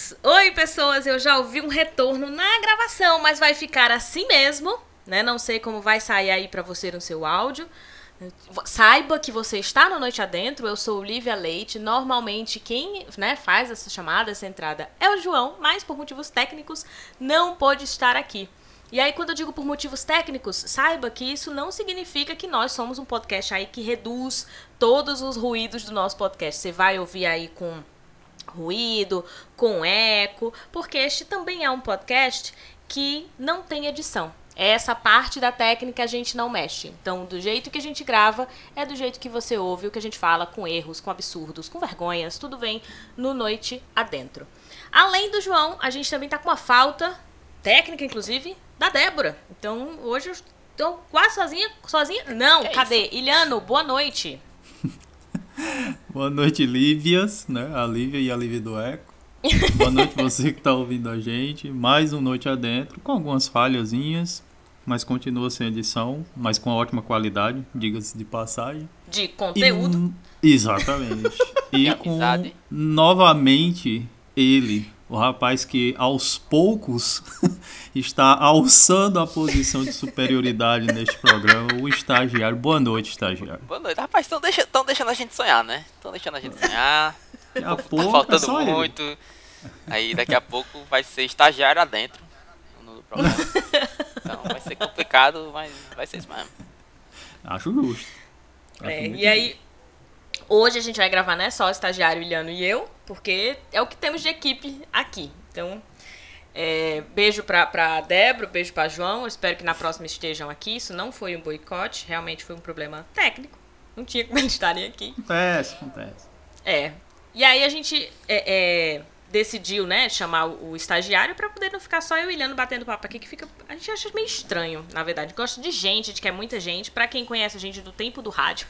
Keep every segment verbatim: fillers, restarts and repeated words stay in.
pessoas! Oi, pessoas! Eu já ouvi um retorno na gravação, mas vai ficar assim mesmo, né? Não sei como vai sair aí pra você no seu áudio. Saiba que você está no Noite Adentro, eu sou Lívia Leite. Normalmente quem, né, faz essa chamada, essa entrada é o João, mas por motivos técnicos não pôde estar aqui. E aí quando eu digo por motivos técnicos, saiba que isso não significa que nós somos um podcast aí que reduz todos os ruídos do nosso podcast. Você vai ouvir aí com ruído, com eco, porque este também é um podcast que não tem edição. Essa parte da técnica a gente não mexe. Então, do jeito que a gente grava, é do jeito que você ouve o que a gente fala, com erros, com absurdos, com vergonhas, tudo vem no Noite Adentro. Além do João, a gente também tá com uma falta técnica, inclusive, da Débora. Então, hoje eu estou quase sozinha. Sozinha? Não, que cadê? É Iliano, boa noite. Boa noite, Lívias, né? A Lívia e a Lívia do Eco. Boa noite você que está ouvindo a gente. Mais um Noite Adentro, com algumas falhazinhas, mas continua sem edição, mas com ótima qualidade, diga-se de passagem. De conteúdo. E, exatamente. E com, novamente, ele, o rapaz que aos poucos está alçando a posição de superioridade neste programa, o estagiário. Boa noite, estagiário. Boa noite. Rapaz, estão deixa, deixando a gente sonhar, né? Estão deixando a gente sonhar. Daqui a tá pouco faltando é muito. Ele. Aí daqui a pouco vai ser estagiário adentro no programa. Então vai ser complicado, mas vai ser isso mesmo. Acho justo. Acho é, e aí, hoje a gente vai gravar, né? Só o estagiário, Iliano e eu, porque é o que temos de equipe aqui. Então, é, beijo pra, pra Débora, beijo pra João. Eu espero que na próxima estejam aqui. Isso não foi um boicote, realmente foi um problema técnico. Não tinha como eles estarem aqui. Acontece, acontece. É. E aí a gente é, é, decidiu, né, chamar o, o estagiário pra poder não ficar só eu e o Iliano batendo papo aqui, que fica, a gente acha meio estranho, na verdade. Gosta de gente, de que é muita gente. Pra quem conhece a gente do tempo do rádio.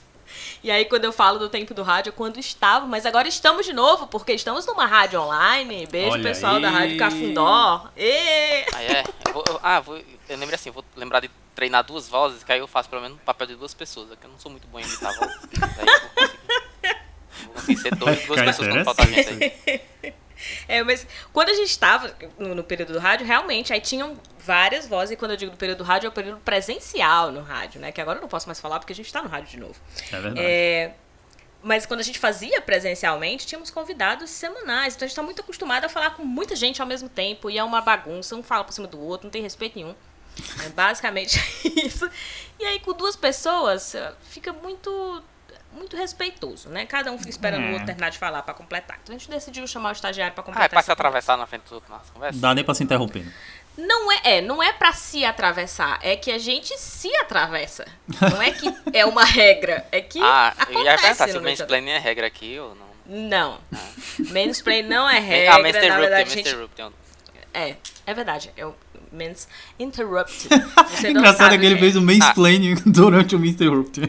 E aí quando eu falo do tempo do rádio é quando estava, mas agora estamos de novo, porque estamos numa rádio online. Beijo, olha pessoal aí. Da Rádio Cafundó. E... Ah, é? Eu vou, eu, ah, vou, eu lembro assim, eu vou lembrar de treinar duas vozes, que aí eu faço pelo menos o papel de duas pessoas, porque eu não sou muito bom em imitar vozes. Daí eu vou conseguir, vou conseguir ser dois, duas pessoas quando faltar gente aí. É, mas quando a gente estava no, no período do rádio, realmente, aí tinham várias vozes, e quando eu digo do período do rádio, é o período presencial no rádio, né? Que agora eu não posso mais falar porque a gente está no rádio de novo. É verdade. É, mas quando a gente fazia presencialmente, tínhamos convidados semanais, então a gente está muito acostumado a falar com muita gente ao mesmo tempo, e é uma bagunça, um fala por cima do outro, não tem respeito nenhum. É basicamente isso. E aí com duas pessoas, fica muito... muito respeitoso, né? Cada um fica esperando é. o outro terminar de falar pra completar. Então a gente decidiu chamar o estagiário pra completar. Ah, é pra se atravessar na frente dos outros nas conversas? Não dá nem pra se interromper. Né? Não é, é, não é pra se atravessar, é que a gente se atravessa. Não é que é uma regra, é que ah, acontece. Eu ia perguntar se o mansplaining é regra aqui ou não. Não. Ah. Mansplaining não é regra, ah, na verdade, tem, a gente... tem um... É, é verdade, é o Men's Interrupted. Engraçado é que ele fez o mansplaining ah. durante o mister Interrupted.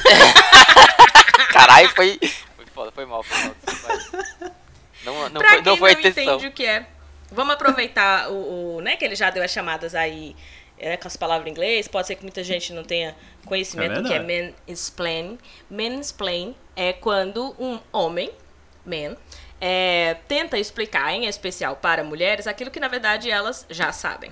Caralho, foi... Foi foda, foi mal, foi mal. Não, não pra foi, não quem foi não intenção. Entende o que é. Vamos aproveitar o, o, né, que ele já deu as chamadas aí é, com as palavras em inglês. Pode ser que muita gente não tenha conhecimento do que é mansplaining. Mansplain é quando um homem, man, é, tenta explicar, em especial para mulheres, aquilo que na verdade elas já sabem.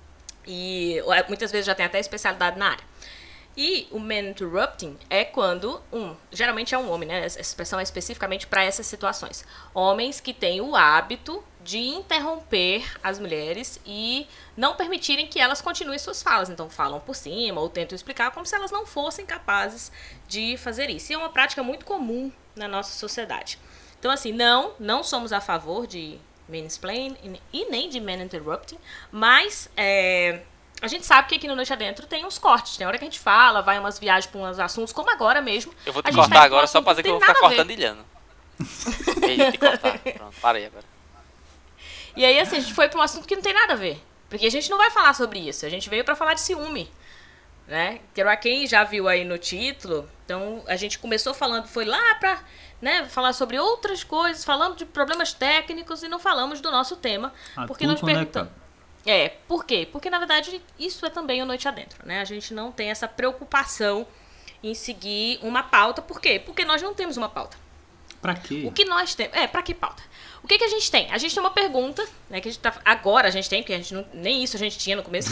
E muitas vezes já tem até especialidade na área. E o man interrupting é quando um, geralmente é um homem, né? Essa expressão é especificamente para essas situações. Homens que têm o hábito de interromper as mulheres e não permitirem que elas continuem suas falas. Então falam por cima ou tentam explicar como se elas não fossem capazes de fazer isso. E é uma prática muito comum na nossa sociedade. Então assim, não, não somos a favor de mansplaining e nem de man interrupting, mas... É, a gente sabe que aqui no Noite Adentro tem uns cortes. Tem hora que a gente fala, vai umas viagens para uns assuntos, como agora mesmo. Eu vou te cortar tá agora só pra dizer que eu vou ficar cortando Iliano. Ei, te cortar. Pronto, parei agora. E aí, assim, a gente foi pra um assunto que não tem nada a ver. Porque a gente não vai falar sobre isso. A gente veio pra falar de ciúme. Né? Pra quem já viu aí no título, então a gente começou falando, foi lá pra, né, falar sobre outras coisas, falando de problemas técnicos e não falamos do nosso tema. Ah, porque nós perguntamos. É, por quê? Porque, na verdade, isso é também o Noite Adentro, né? A gente não tem essa preocupação em seguir uma pauta. Por quê? Porque nós não temos uma pauta. Pra quê? O que nós temos... É, pra que pauta? O que, que a gente tem? A gente tem uma pergunta, né? Que a gente tá, agora a gente tem, porque a gente não, nem isso a gente tinha no começo.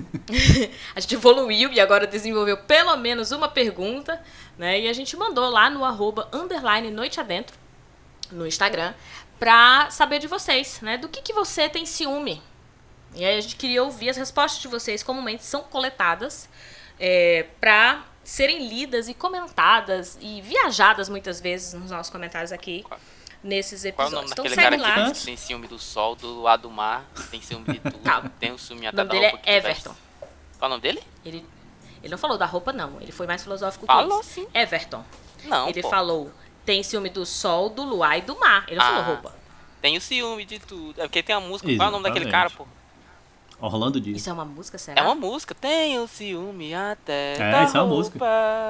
A gente evoluiu e agora desenvolveu pelo menos uma pergunta, né? E a gente mandou lá no arroba underline noite adentro, no Instagram, pra saber de vocês, né? Do que, que você tem ciúme. E aí a gente queria ouvir as respostas de vocês, comumente são coletadas é, pra serem lidas e comentadas e viajadas muitas vezes nos nossos comentários aqui. Nesses episódios. Qual é o nome então, daquele cara lá. que tem ciúme do sol, do lado do mar, tem ciúme de tudo, Calma. tem o ciúme O até nome da dele roupa é que tu Everton. veste. Qual é o nome dele? Ele, ele não falou da roupa, não. Ele foi mais filosófico Falou, que isso. sim. Everton. Não, Ele pô. falou, tem ciúme do sol, do luar e do mar. Ele não Ah, falou roupa. Tem o ciúme de tudo. É porque tem a música. Exatamente. Qual é o nome daquele cara, pô? Orlando Dias. Isso é uma música, será? É uma música. Tem o ciúme até É, da isso é uma roupa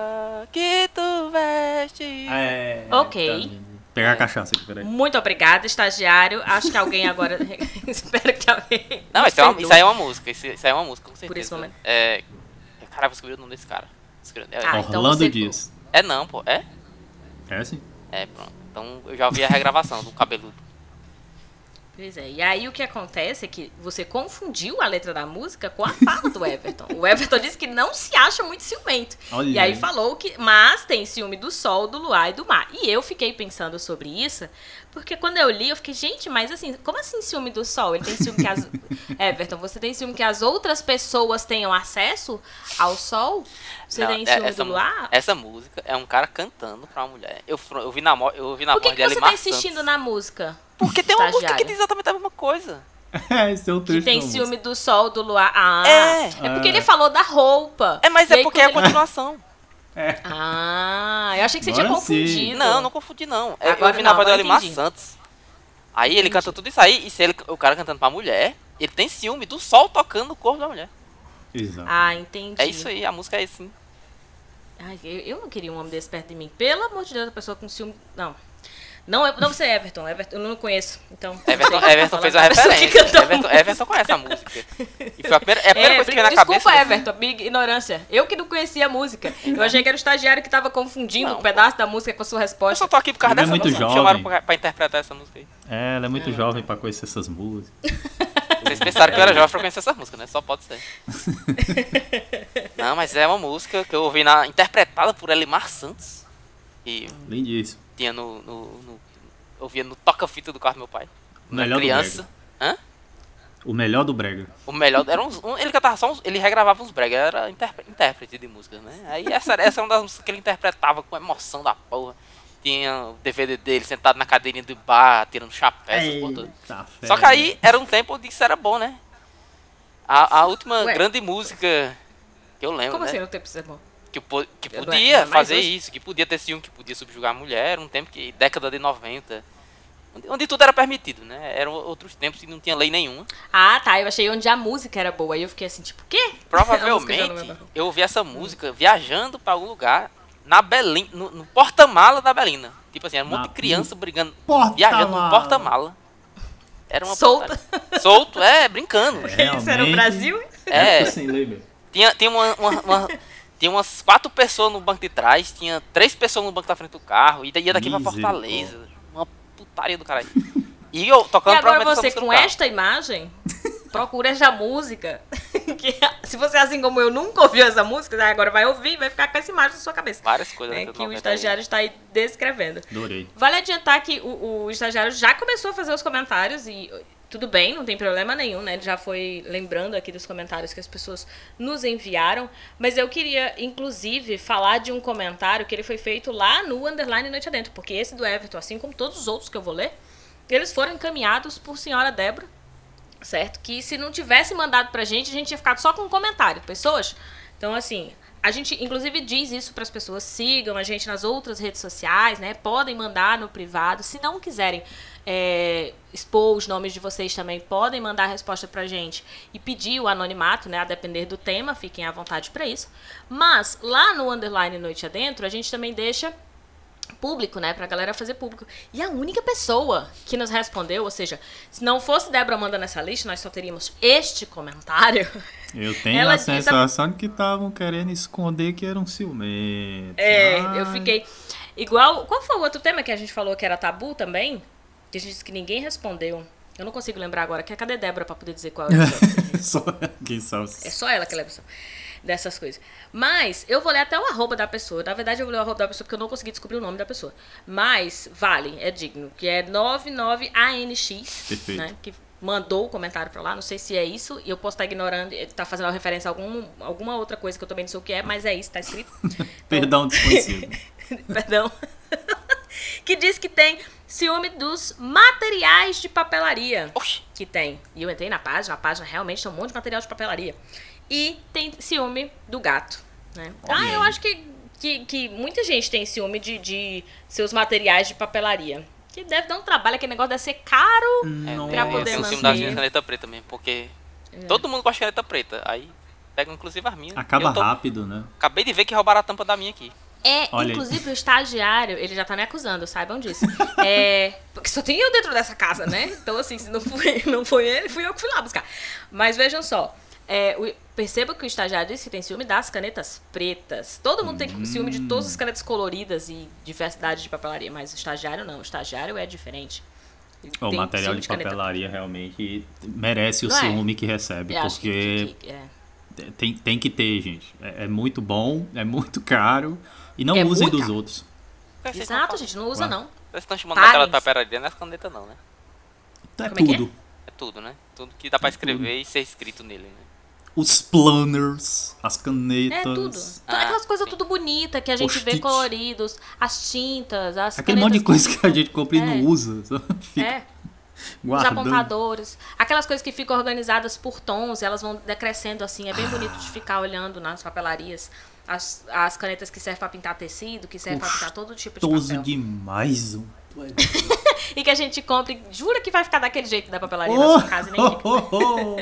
que tu veste. É. Ok. Tá, pegar a cachaça aqui, peraí. Muito obrigada, estagiário. Acho que alguém agora... Espero que alguém... Não, isso, é uma, isso aí é uma música. Isso, isso aí é uma música, com certeza. Por esse momento. É. Caralho, eu escrevi o nome desse cara. Escrevi- É, Ah, então Orlando você- Dias. é não, pô. É? É sim. É, pronto. Então eu já ouvi a regravação do cabeludo. Pois é, e aí o que acontece é que você confundiu a letra da música com a fala do Everton. O Everton disse que não se acha muito ciumento. Olha E aí aí. falou que, mas tem ciúme do sol, do luar e do mar. E eu fiquei pensando sobre isso, porque quando eu li, eu fiquei, gente, mas assim, como assim ciúme do sol? Ele tem ciúme que as... Everton, você tem ciúme que as outras pessoas tenham acesso ao sol? Você Não, tem é- ciúme essa, do mu- luar? essa música é um cara cantando pra uma mulher. Eu, fro- eu vi na, mo- eu vi na Por que, voz que dela você e tá Mar insistindo Santos. na música? Porque tem uma música que estagiário? diz exatamente a mesma coisa. É, esse é o Que trecho tem da ciúme música. do sol, do luar. Ah, É. é porque É. ele falou da roupa. É, mas E é aí, porque é a quando ele- continuação. É. Ah, eu achei que você Agora tinha sim. confundido. Não, não confundi não. É, Agora eu vi na não, voz agora dela Mar entendi. Santos. Aí ele canta tudo isso aí, e se ele, o cara cantando pra mulher, ele tem ciúme do sol tocando no corpo da mulher. Exato. Ah, entendi. É isso aí, a música é assim. Ai, eu, eu não queria um homem desse perto de mim. Pelo amor de Deus, a pessoa com ciúme. Não. Não, é- não você é Everton. Everton. Eu não conheço. Então. não Everton, sei. Everton Falar fez da a pessoa que referência. canta Everton, Everton conhece a música. E foi a primeira, é a primeira É, coisa que veio na desculpa, cabeça. Everton, minha ignorância. Eu que não conhecia a música. Eu achei que era o estagiário que tava confundindo Não, um pedaço da música com a sua Eu resposta. só tô aqui por causa Ele é dessa muito música. Me jovem. chamaram pra, pra interpretar essa música aí. É, ela é muito jovem pra conhecer essas músicas. Vocês pensaram que eu era jovem pra conhecer essa música, né? Só pode ser. Não, mas é uma música que eu ouvi na, interpretada por Elimar Santos. E Lindíssimo. tinha no, no, no eu ouvia no toca-fita do carro do meu pai. O Na melhor do criança. Hã? O melhor do brega. O melhor era uns, um, ele cantava só uns, ele regravava uns brega, era interpre- intérprete de músicas, né? Aí essa, essa era uma das músicas que ele interpretava com emoção da porra. Tinha o D V D dele sentado na cadeirinha do bar, tirando chapéu, essas porra toda. Tá Só que aí era um tempo onde isso era bom, né? A, a última Ué. grande música que eu lembro, Como né? assim não tem pra ser bom? Que, po- que Não é- podia não é mais fazer hoje? isso, que podia ter ciúme, que podia subjugar a mulher, era um tempo que, década de noventa, onde, onde tudo era permitido, né? Eram outros tempos e não tinha lei nenhuma. Ah, tá. Eu achei onde a música era boa. Aí eu fiquei assim, tipo, o quê? A música já não Provavelmente é eu ouvi essa música viajando pra algum lugar na Belina, no, no porta-mala da Belina. Tipo assim, era um monte Na- de criança brigando, Porta-mala. viajando no porta-mala. Era uma Solta. putaria. Solto, é, brincando. Isso era o Realmente. Brasil? É, Sem lei, meu. tinha, tinha, uma, uma- uma- tinha umas quatro pessoas no banco de trás, tinha três pessoas no banco da frente do carro, e ia daqui pra Fortaleza. Uma putaria do caralho. E eu tocando E agora provavelmente essa você, música no com carro. esta imagem, procura essa música. Que, se você, assim como eu, nunca ouviu essa música, agora vai ouvir e vai ficar com essa imagem na sua cabeça. Várias coisas. Né, da que o noventa aí. estagiário está aí descrevendo. Adorei. Vale adiantar que o, o estagiário já começou a fazer os comentários e tudo bem, não tem problema nenhum, né? Ele já foi lembrando aqui dos comentários que as pessoas nos enviaram. Mas eu queria, inclusive, falar de um comentário que ele foi feito lá no Underline Noite Adentro. Porque esse do Everton, assim como todos os outros que eu vou ler, eles foram encaminhados por senhora Débora, certo? Que se não tivesse mandado pra gente, a gente tinha ficado só com um comentário. Pessoas, então assim, a gente inclusive diz isso pras pessoas, sigam a gente nas outras redes sociais, né? Podem mandar no privado. Se não quiserem é, expor os nomes de vocês também, podem mandar a resposta pra gente e pedir o anonimato, né? A depender do tema, fiquem à vontade pra isso. Mas lá no Underline Noite Adentro, a gente também deixa público, né, pra galera fazer público. E a única pessoa que nos respondeu, ou seja, se não fosse Débora mandando essa lista, nós só teríamos este comentário. Eu tenho Ela a disse- sensação de que estavam querendo esconder que eram ciumentos. É, Ai. eu fiquei igual... Qual foi o outro tema que a gente falou que era tabu também? que a gente disse que ninguém respondeu. Eu não consigo lembrar agora. Que cadê Débora pra poder dizer qual é a opção? Só quem sabe. É só ela que leva a opção dessas coisas. Mas eu vou ler até o arroba da pessoa. Na verdade, eu vou ler o arroba da pessoa porque eu não consegui descobrir o nome da pessoa. Mas vale, é digno. Que é noventa e nove A N X. Perfeito. Né? Que mandou o comentário pra lá. Não sei se é isso. E eu posso estar ignorando. Tá fazendo uma referência a algum, alguma outra coisa que eu também não sei o que é. Mas é isso, tá escrito. Então, Perdão, desconhecido. Perdão. Que diz que tem ciúme dos materiais de papelaria. Oxi. Que tem. E eu entrei na página. A página realmente tem um monte de material de papelaria. E tem ciúme do gato, né? Ah, eu acho que, que, que muita gente tem ciúme de, de seus materiais de papelaria. Que deve dar um trabalho, aquele negócio deve ser caro É, pra tem, poder tem o manter. ciúme das minhas canetas pretas mesmo, porque É. todo mundo gosta de caneta preta. Aí pega inclusive as minhas. Acaba Eu tô- rápido, né? Acabei de ver que roubaram a tampa da minha aqui. É, Olha aí. inclusive o estagiário, ele já tá me acusando, saibam disso. É, porque só tem eu dentro dessa casa, né? Então, assim, se não foi, não foi ele, fui eu que fui lá buscar. Mas vejam só, é, o, perceba que o estagiário disse que tem ciúme das canetas pretas. Todo mundo tem ciúme de todas as canetas coloridas e diversidade de papelaria, mas o estagiário não, o estagiário é diferente. Ele O tem material ciúme de caneta papelaria realmente merece o Não é? ciúme que recebe, Eu acho que- porque que- que- é. tem, tem que ter, gente. É, é muito bom, é muito caro. E não É usem muito dos caro. outros. É. Exato, gente, não usa Ué. não. Vocês estão chamando Parem. aquela de papelaria, não é caneta não, né? É Como é que tudo. É tudo, né? Tudo que dá pra escrever e ser escrito nele, né? Os planners, as É canetas. tudo. Ah, Aquelas coisas sim. tudo bonitas que a gente vê Post-it. coloridos, as tintas, as Aquele monte de canetas coisa que a gente compra e É. não usa. Só fica É, os guardando. apontadores, aquelas coisas que ficam organizadas por tons, elas vão decrescendo assim, é bem bonito de ficar olhando nas papelarias. As, as canetas que servem pra pintar tecido, que servem pra pintar todo tipo de Gostoso papel. demais. um- E que a gente compra e jura que vai ficar daquele jeito da papelaria Oh, na sua casa e nem fica. oh, oh,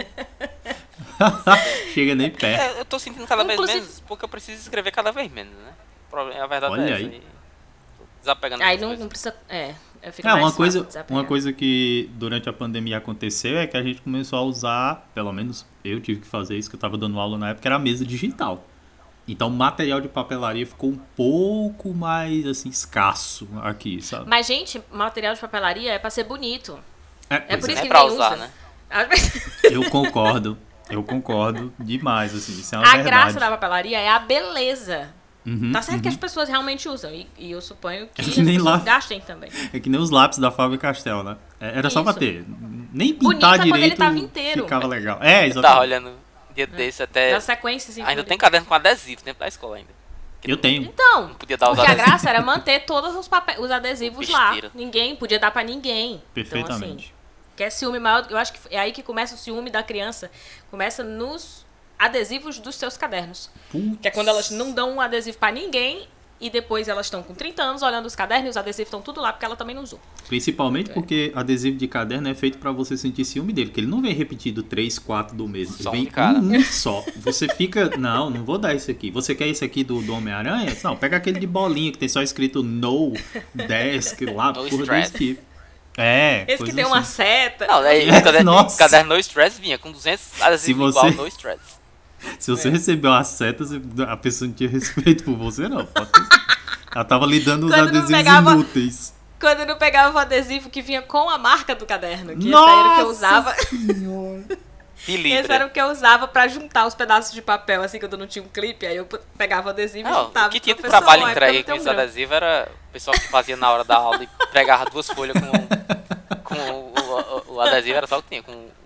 oh. Chega nem perto. É, eu tô sentindo cada vez Inclusive- menos porque eu preciso escrever cada vez menos, né? O problema- A verdade Olha é essa. aí. E tô desapegando Aí dessas não, coisas. não precisa. É, eu fico É, mais uma fácil coisa, de desapegar. uma coisa que durante a pandemia aconteceu é que a gente começou a usar, pelo menos eu tive que fazer isso, que eu tava dando aula na época, era a mesa digital. Então o material de papelaria ficou um pouco mais, assim, escasso aqui, sabe? Mas, gente, material de papelaria é pra ser bonito. É, É pois por é. isso É que pra ninguém usar, usa. né? Às vezes- Eu concordo, eu concordo demais, assim, isso é uma A verdade. graça da papelaria é a beleza. Uhum, Tá certo uhum. que as pessoas realmente usam. E, e eu suponho que, É que as nem pessoas lá. gastem também. É que nem os lápis da Faber-Castell, né? É, era só pra Isso. ter. Nem Bonito pintar é quando ele direito tava inteiro. ficava legal. É, Eu tava exatamente. olhando um dia desse até. Das sequências. Ainda inclusive. tem caderno com adesivo dentro da escola ainda. Eu tenho. Então, Não podia dar os porque a adesivos. graça era manter todos os, papéis, os adesivos lá. Besteira. Ninguém podia dar pra ninguém. Perfeitamente. Então, assim, quer ciúme maior, eu acho que é aí que começa o ciúme da criança. Começa nos adesivos dos seus cadernos. Putz. Que é quando elas não dão um adesivo pra ninguém e depois elas estão com trinta anos olhando os cadernos e os adesivos estão tudo lá porque ela também não usou. Principalmente porque adesivo de caderno é feito pra você sentir ciúme dele, porque ele não vem repetido três, quatro do mesmo. Só Ele um vem cara. um só. Você fica, não, não vou dar esse aqui. Você quer esse aqui do, do Homem-Aranha? Não, pega aquele de bolinha que tem só escrito no desk lá, No porra stress. desse tipo. É, Esse que coisa tem uma assim. seta. Não, aí É, o caderno, nossa. caderno no stress vinha com duzentos adesivos você- igual no stress. Se você recebeu a seta, você- a pessoa não tinha respeito por você, não. Pode ter- Ela tava lhe dando os Quando não adesivos pegava- inúteis. Quando eu não pegava o adesivo que vinha com a marca do caderno. Que esse era o que eu usava. Senhora. De Esse era Libra. o que eu usava pra juntar os pedaços de papel, assim, quando eu não tinha um clipe. Aí eu pegava o adesivo e Não, juntava. o que tinha de Professor, trabalho é porque entregue eu com não esse tenho grana. adesivo era o pessoal que fazia na hora da aula e pregava duas folhas com, com o, o, o adesivo, era só o que tinha. Com o...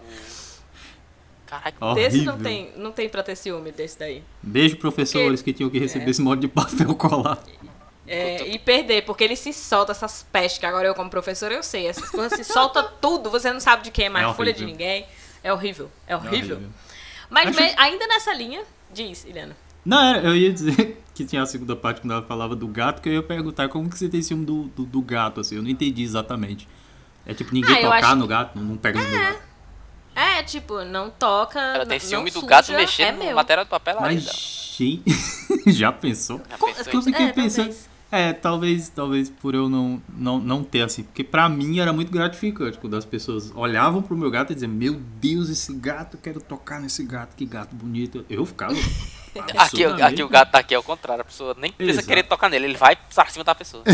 Caraca, Ó. Desse não Horrível. tem, não tem pra ter ciúme desse daí. Beijo, professores que tinham que receber esse modo de papel colar. É, e perder, porque ele se solta essas pestes, que agora eu como professora eu sei. Essas coisas se solta tudo, você não sabe de quem é mais É folha de horrível. ninguém. É horrível, é horrível. horrível. Mas Acho- me- ainda nessa linha, diz, Eliana. Não, era- eu ia dizer que tinha a segunda parte quando ela falava do gato, que eu ia perguntar como que você tem ciúme do, do, do gato, assim. Eu não entendi exatamente. É tipo ninguém Ah, eu tocar acho no gato, não, não pega no meu gato. É, tipo, não toca. ela tem não ciúme do suja, gato é mexendo no meu. material de papel Mas, dela. gente, já pensou? Já Co- pensou É que eu isso? fiquei É, pensando. talvez. É, talvez, talvez por eu não, não, não ter assim. Porque pra mim era muito gratificante quando as pessoas olhavam pro meu gato e diziam: Meu Deus, esse gato, eu quero tocar nesse gato, que gato bonito. Eu ficava. Aqui, aqui o gato tá aqui ao contrário, a pessoa nem precisa Exato. querer tocar nele, ele vai pra cima da pessoa.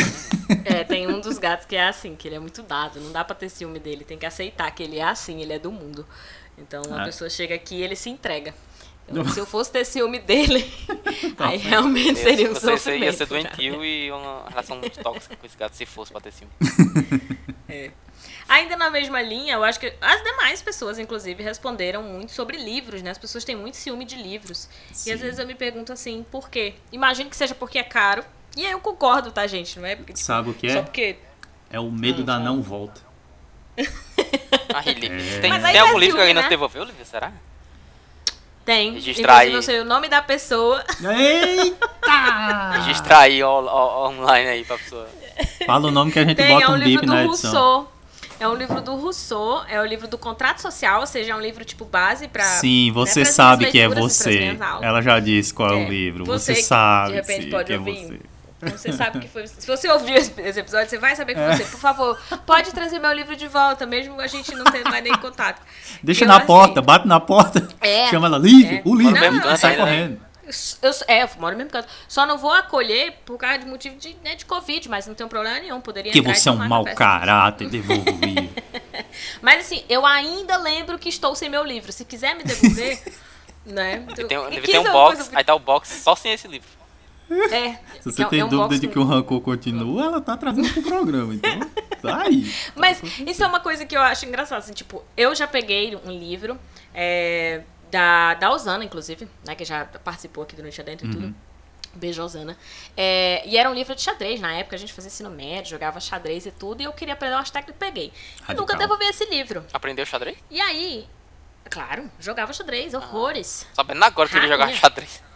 É, tem um dos gatos que é assim, que ele é muito dado, não dá pra ter ciúme dele, tem que aceitar que ele é assim, ele é do mundo. Então, uma ah. pessoa chega aqui e ele se entrega. Então, se eu fosse ter ciúme dele, tá, aí realmente seria um você sofrimento. Ia ser doentio e uma relação muito tóxica com esse gato, se fosse pra ter ciúme. É. Ainda na mesma linha, eu acho que as demais pessoas, inclusive, responderam muito sobre livros, né? As pessoas têm muito ciúme de livros. Sim. E às vezes eu me pergunto assim, por quê? Imagino que seja porque é caro. E aí eu concordo, tá, gente? Não é porque, tipo, sabe o que é? Só porque... É o medo hum, da não volta. Ah, é. Tem, tem algum é livro que alguém né? não devolveu, Lívia? Será? Tem. Registrar aí. Não sei o nome da pessoa. Eita! Registrar aí all, all, online aí pra pessoa. Fala o nome que a gente Tem, bota é um, um bip na edição. Rousseau. É um livro do Rousseau, é o livro do contrato social, ou seja, é um livro tipo base pra... Sim, você né, sabe que é você. Ela já disse qual é, é o livro. Você, você sabe de repente sim, pode que é ouvir. você. Você sabe que foi. Se você ouviu esse episódio, você vai saber que foi você. Por favor, pode trazer meu livro de volta, mesmo a gente não tendo mais nem contato. Deixa eu, na assim, porta, bate na porta, é, chama ela, livro, é. o livro, não, não, sai é, correndo. Eu, é, eu moro no mesmo canto. Só não vou acolher por causa de motivo de, né, de Covid, mas não tem problema nenhum. Poderia que você é um mau caráter, devolva o livro. Mas assim, eu ainda lembro que estou sem meu livro. Se quiser me devolver, né? Ele tem, ele tem um box, coisa... aí tá o box só sem esse livro. É, se você é, tem é um dúvida de que o rancor continua, ela tá trazendo pro programa, então tá aí. Mas isso é uma coisa que eu acho engraçada, assim, tipo, eu já peguei um livro é, da, da Osana, inclusive, né, que já participou aqui do Noite Adentro e uhum. tudo. Beijo, Osana. É, e era um livro de xadrez, na época a gente fazia ensino médio, jogava xadrez e tudo, e eu queria aprender umas técnicas e peguei. Radical. E nunca devolvi esse livro. Aprendeu xadrez? E aí, claro, jogava xadrez, horrores. Ah, sabendo agora que eu queria jogar xadrez.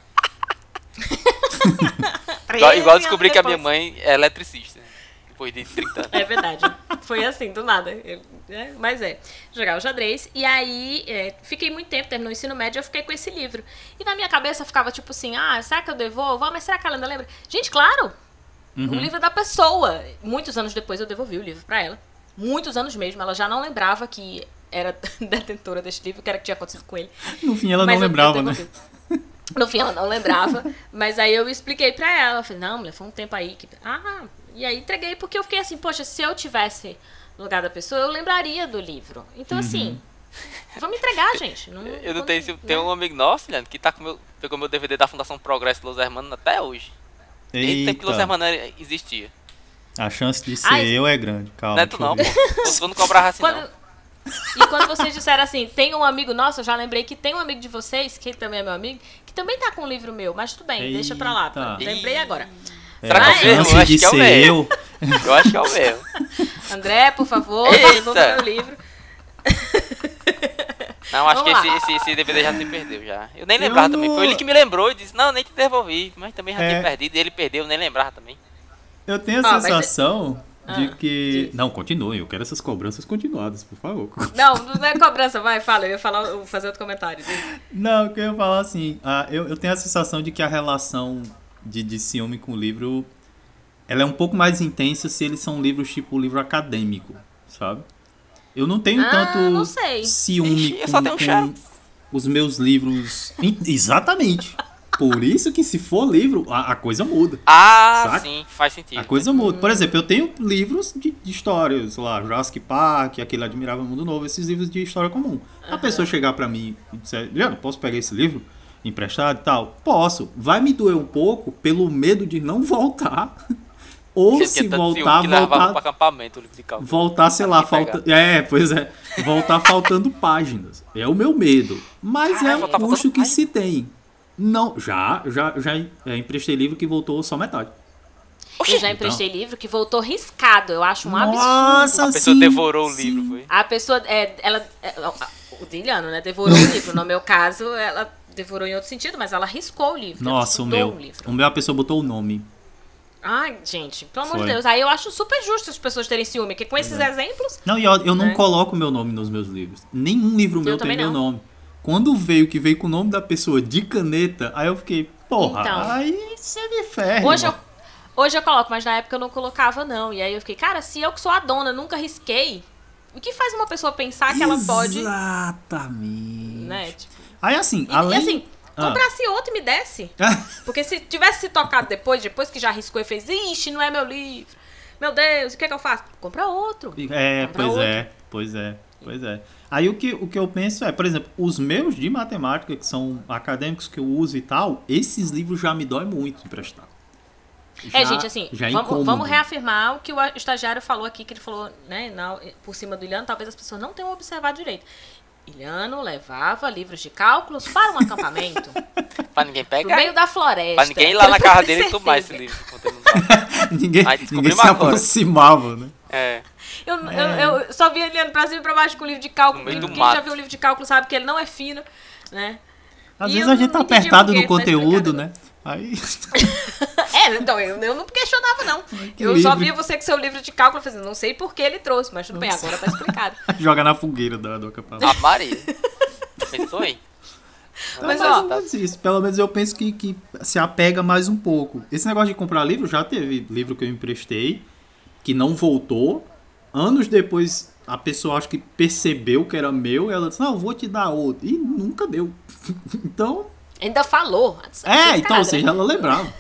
igual, igual descobri que a minha mãe é eletricista depois de trinta anos. É verdade. Foi assim, do nada. Eu, é, mas é. Jogava xadrez. E aí, é, fiquei muito tempo, terminou o ensino médio, eu fiquei com esse livro. E na minha cabeça ficava tipo assim, ah, será que eu devolvo? Ah, mas será que ela ainda lembra? Gente, claro! Uhum. O livro é da pessoa. Muitos anos depois eu devolvi o livro pra ela. Muitos anos mesmo. Ela já não lembrava que era detentora desse livro, que era o que tinha acontecido com ele. No fim ela mas não eu, lembrava, eu né? No fim ela não lembrava, mas aí eu expliquei pra ela, eu falei, não, mulher, foi um tempo aí que... Ah, e aí entreguei, porque eu fiquei assim, poxa, se eu tivesse no lugar da pessoa, eu lembraria do livro. Então uhum. assim, vamos entregar, gente. Não, eu não tenho, né? Tem um amigo nosso, Leandro, que tá com meu, pegou meu D V D da Fundação Progresso Los Hermanos até hoje. Desde o tempo que Los Hermanos existia. A chance de ser Ai, eu é grande, calma. Não é tu não, pô. Eu não cobrava assim, quando... não. E quando vocês disseram assim, tem um amigo nosso, eu já lembrei que tem um amigo de vocês, que também é meu amigo, que também tá com um livro meu, mas tudo bem, Eita. deixa pra lá. Pra... Lembrei agora. É, Será que é o mesmo? Eu acho que é o mesmo. Eu acho que é o mesmo. André, por favor, devolva meu livro. Não, acho Vamos que esse, esse, esse D V D já se perdeu já. Eu nem lembrava eu também. Não... Foi ele que me lembrou e disse, não, nem te devolvi. Mas também já é. tinha perdido e ele perdeu, nem lembrava também. Eu tenho a ah, sensação... Mas... De ah, que... Diz. Não, continue. Eu quero essas cobranças continuadas, por favor. Não, não é cobrança. Vai, fala. Eu ia falar, eu vou fazer outro comentário. Diz. Não, eu queria falar assim... Ah, eu, eu tenho a sensação de que a relação de, de ciúme com o livro... Ela é um pouco mais intensa se eles são livros tipo livro acadêmico, sabe? Eu não tenho ah, tanto não sei. ciúme Ixi, com, com os meus livros... Exatamente. Por isso que se for livro, a, a coisa muda. Ah, saca? Sim, faz sentido. A coisa muda. Por exemplo, eu tenho livros de, de histórias, sei lá, Jurassic Park, aquele Admirável Mundo Novo, esses livros de história comum. Uhum. A pessoa chegar pra mim e dizer, Leandro, posso pegar esse livro emprestado e tal? Posso. Vai me doer um pouco pelo medo de não voltar. Ou se voltar, voltar, pra acampamento, livro de voltar, sei lá, falta, é, pois é, voltar faltando páginas. É o meu medo. Mas ah, é um custo que se tem. Não, já, já, já é, emprestei livro que voltou só metade. Eu já emprestei então. livro que voltou riscado. Eu acho um Nossa, absurdo. A pessoa sim, devorou sim. o livro, foi? A pessoa, é, ela, é, o Diliano, né, devorou o livro. No meu caso, ela devorou em outro sentido, mas ela riscou o livro. Nossa, o meu, um livro. o meu a pessoa botou o nome. Ai, gente, pelo amor de Deus. Aí eu acho super justo as pessoas terem ciúme, porque com esses é. exemplos... Não, e eu, eu não né? coloco meu nome nos meus livros. Nenhum livro meu eu tem meu nome. Quando veio que veio com o nome da pessoa de caneta, aí eu fiquei, porra, então, aí você me ferra. Hoje eu, hoje eu coloco, mas na época eu não colocava, não. E aí eu fiquei, cara, se eu que sou a dona nunca risquei, o que faz uma pessoa pensar que ela pode... Exatamente. Né? Tipo, aí assim, e, além... E assim, comprasse ah. outro e me desse. Porque se tivesse se tocado depois, depois que já riscou e fez, ixi, não é meu livro. meu Deus, o que é que eu faço? Compra outro. É, Compra pois outro. é, pois é, pois é. Aí o que, o que eu penso é, por exemplo, os meus de matemática, que são acadêmicos que eu uso e tal, esses livros já me dói muito emprestar. Já, é, gente, assim, vamos, vamos reafirmar o que o estagiário falou aqui, que ele falou, né, na, por cima do Iliano, talvez as pessoas não tenham observado direito. Iliano levava livros de cálculos para um acampamento. Pra ninguém pegar. No meio da floresta. Pra ninguém ir lá na casa dele e tomar esse livro. ninguém ninguém se aproximava, né? É. Eu, é. Eu, eu só vi Iliano pra cima e pra baixo com o livro de cálculo. Quem já viu o livro de cálculo sabe que ele não é fino, né? Às e vezes a gente tá apertado no conteúdo, né? Aí... é, então, eu, eu não questionava, não. Que eu livro. Só via você com seu livro de cálculo, fazendo, não sei por que ele trouxe, mas tudo bem, agora tá explicado. Joga na fogueira do, do acampamento. A Maria. Pensou aí? Mas, mas ó... Não isso. Pelo menos eu penso que, que se apega mais um pouco. Esse negócio de comprar livro, já teve livro que eu emprestei, que não voltou. Anos depois, a pessoa acho que percebeu que era meu, e ela disse, não, eu vou te dar outro. E nunca deu. Então... Ainda falou. É, então, ou seja, ela lembrava.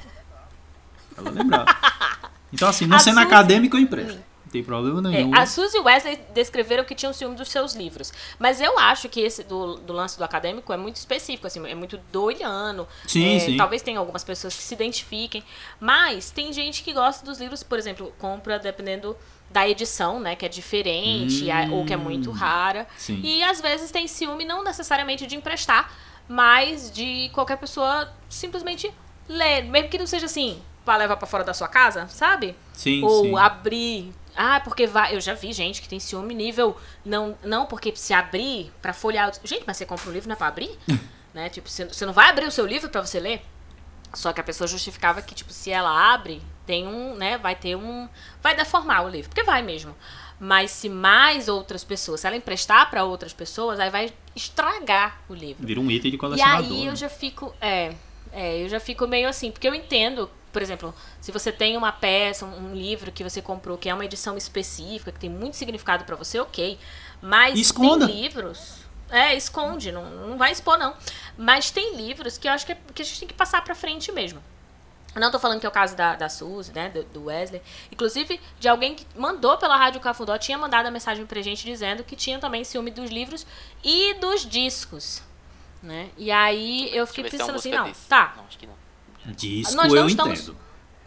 Ela lembrava. Então, assim, não a sendo Suzy... acadêmico, eu empresto. Não tem problema nenhum. É, a Suzy e o Wesley descreveram que tinham ciúme dos seus livros. Mas eu acho que esse do, do lance do acadêmico é muito específico, assim, é muito do Iliano. Sim, é, sim. Talvez tenha algumas pessoas que se identifiquem. Mas tem gente que gosta dos livros, por exemplo, compra dependendo da edição, né, que é diferente, hum, ou que é muito rara. Sim. E às vezes tem ciúme não necessariamente de emprestar, mas de qualquer pessoa simplesmente ler, mesmo que não seja assim, pra levar pra fora da sua casa, sabe? Sim, Ou sim. abrir, ah, porque vai, eu já vi gente que tem ciúme nível, não, não porque se abrir pra folhear, gente, mas você compra um livro não é pra abrir? Né? Tipo, você, você não vai abrir o seu livro pra você ler? Só que a pessoa justificava que, tipo, se ela abre, tem um, né, vai ter um, vai deformar o livro, porque vai mesmo. Mas se mais outras pessoas, se ela emprestar para outras pessoas, aí vai estragar o livro. Vira um item de colecionador. E aí eu né? já fico, é, é, eu já fico meio assim, porque eu entendo, por exemplo, se você tem uma peça, um, um livro que você comprou, que é uma edição específica, que tem muito significado para você, ok. Mas Esconda. tem livros, é, esconde, não, não vai expor não. Mas tem livros que eu acho que, é, que a gente tem que passar para frente mesmo. Eu não tô falando que é o caso da, da Suzy, né, do, do Wesley. Inclusive, de alguém que mandou pela Rádio Cafundó, tinha mandado a mensagem pra gente dizendo que tinha também ciúme dos livros e dos discos, né? E aí eu fiquei pensando assim, não, desse. tá. Não, acho que não. Disco Nós não eu estamos... entendo.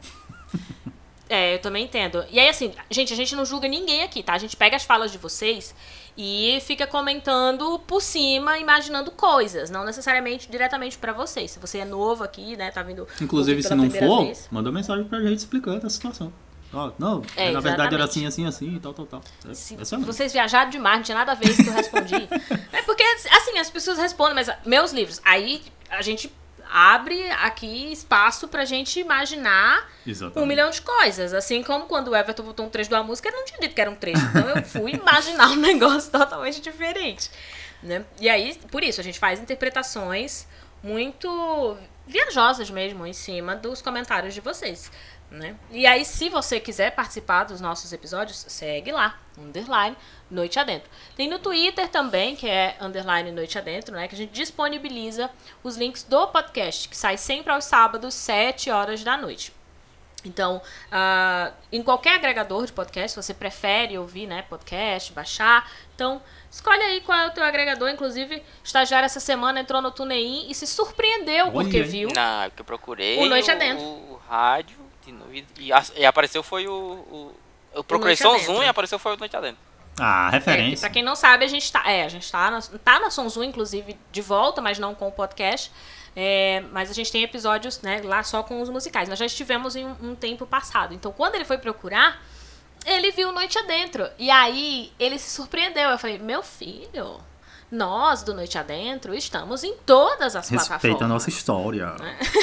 É, eu também entendo. E aí, assim, gente, a gente não julga ninguém aqui, tá? A gente pega as falas de vocês e fica comentando por cima, imaginando coisas, não necessariamente diretamente pra vocês. Se você é novo aqui, né, tá vindo... Inclusive, se não for, vez. manda mensagem pra gente explicando a situação. Ó, não, é, na verdade era assim, assim, assim, e tal, tal, tal. É, se é vocês viajaram demais, não tinha nada a ver isso que eu respondi. É porque, assim, as pessoas respondem, mas meus livros, aí a gente... abre aqui espaço pra gente imaginar Exatamente. um milhão de coisas. Assim como quando o Everton botou um trecho de uma música, ele não tinha dito que era um trecho. Então eu fui imaginar um negócio totalmente diferente. Né? E aí, por isso, a gente faz interpretações muito viajosas mesmo em cima dos comentários de vocês. Né? E aí, se você quiser participar dos nossos episódios, segue lá, underline, Noite Adentro. Tem no Twitter também, que é underline Noite Adentro, né? Que a gente disponibiliza os links do podcast, que sai sempre aos sábados, sete horas da noite. Então, uh, em qualquer agregador de podcast, se você prefere ouvir, né, podcast, baixar, então escolhe aí qual é o teu agregador. Inclusive, o estagiário essa semana entrou no TuneIn e se surpreendeu, Olha, porque viu não, que eu procurei o Noite o, Adentro. O rádio e, e, e apareceu foi o... o eu procurei Som Zoom e apareceu foi o Noite Adentro. Ah, referência. É, pra quem não sabe, a gente tá, é, a gente tá na, tá na Som Zoom, inclusive, de volta, mas não com o podcast. É, mas a gente tem episódios, né, lá só com os musicais. Nós já estivemos em um, um tempo passado. Então, quando ele foi procurar, ele viu Noite Adentro. E aí, ele se surpreendeu. Eu falei, meu filho, nós do Noite Adentro estamos em todas as Respeita plataformas. Respeita a nossa história.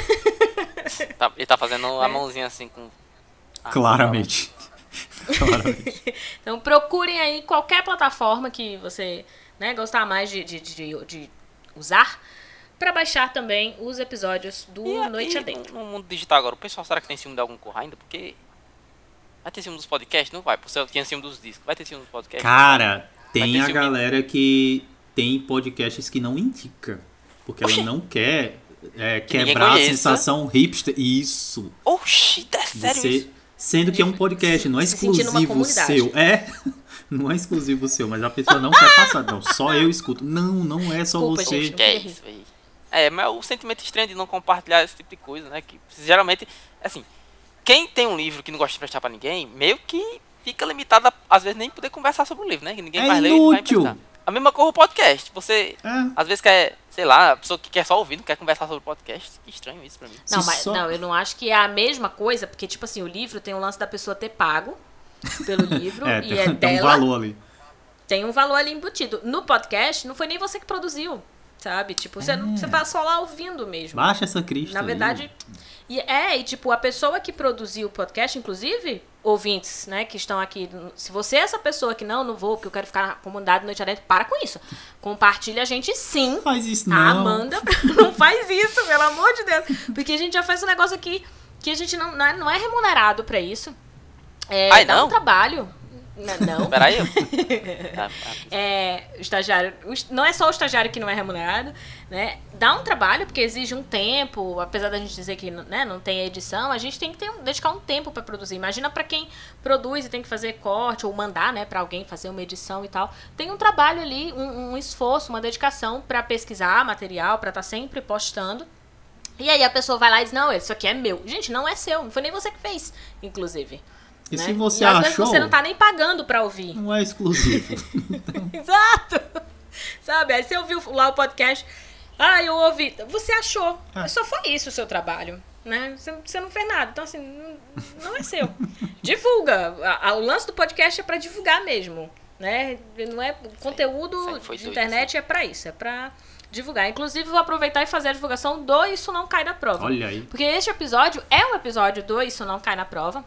É. Tá, ele tá fazendo a mãozinha assim com... Ah, Claramente. Claramente. Então, procurem aí qualquer plataforma que você, né, gostar mais de, de, de, de usar, pra baixar também os episódios do e, Noite e Adentro. No mundo digital agora, o pessoal será que tem ciúme de algum corra ainda? Porque vai ter ciúme dos podcasts? Não vai, porque você tinha ciúme dos discos. Vai ter ciúme dos podcasts? Cara, tem a ciúme... galera que tem podcasts que não indica, porque Oxi. ela não quer é, que quebrar a sensação hipster. Isso. Oxi, é sério você, isso? Sendo que é um podcast, não é exclusivo seu. É, não é exclusivo seu, mas a pessoa não quer passar. Não, só eu escuto. Não, não é só Desculpa, você. Gente, que é isso aí. É, mas o sentimento estranho de não compartilhar esse tipo de coisa, né? Que geralmente, assim, quem tem um livro que não gosta de prestar pra ninguém, meio que fica limitado a, às vezes, nem poder conversar sobre o livro, né? Que ninguém é mais lê e vai emprestar. A mesma coisa o podcast. Você, é. às vezes, quer, sei lá, a pessoa que quer só ouvir, não quer conversar sobre o podcast. Que estranho isso pra mim. Não, mas só... não, eu não acho que é a mesma coisa, porque, tipo assim, o livro tem o lance da pessoa ter pago pelo livro é, e tem, é tem dela. um valor ali. Tem um valor ali embutido. No podcast, não foi nem você que produziu, sabe? Tipo, você, é. você tá só lá ouvindo mesmo. Baixa essa crista Na verdade... Aí. E é, e tipo, a pessoa que produziu o podcast, inclusive, ouvintes, né, que estão aqui, se você é essa pessoa que não, não vou, porque eu quero ficar na comunidade Noite Adentro, para com isso. Compartilha a gente sim. Não faz isso não. A Amanda, não faz isso, pelo amor de Deus. Porque a gente já faz um negócio aqui que a gente não, não, é, não é remunerado pra isso. É, Ai, dá não? um trabalho. Não. Peraí. É, o estagiário, não é só o estagiário que não é remunerado, né? Dá um trabalho, porque exige um tempo, apesar da gente dizer que, né, não tem edição, a gente tem que ter um, dedicar um tempo para produzir. Imagina para quem produz e tem que fazer corte ou mandar, né, para alguém fazer uma edição e tal. Tem um trabalho ali, um, um esforço, uma dedicação para pesquisar material, para estar tá sempre postando. E aí a pessoa vai lá e diz, não, isso aqui é meu. Gente, não é seu, não foi nem você que fez, inclusive. E né? se você e achou... às vezes você não tá nem pagando pra ouvir. Não é exclusivo. Exato! Sabe? Aí você ouviu lá o podcast, ah, eu ouvi. Você achou. Ah. Só foi isso o seu trabalho. Né? Você, você não fez nada. Então, assim, não, não é seu. Divulga. A, a, o lance do podcast é pra divulgar mesmo. Né? Não é, o conteúdo de internet é pra isso. É pra divulgar. Inclusive, vou aproveitar e fazer a divulgação do Isso Não Cai na Prova. Olha aí. Porque este episódio é um episódio do Isso Não Cai na Prova.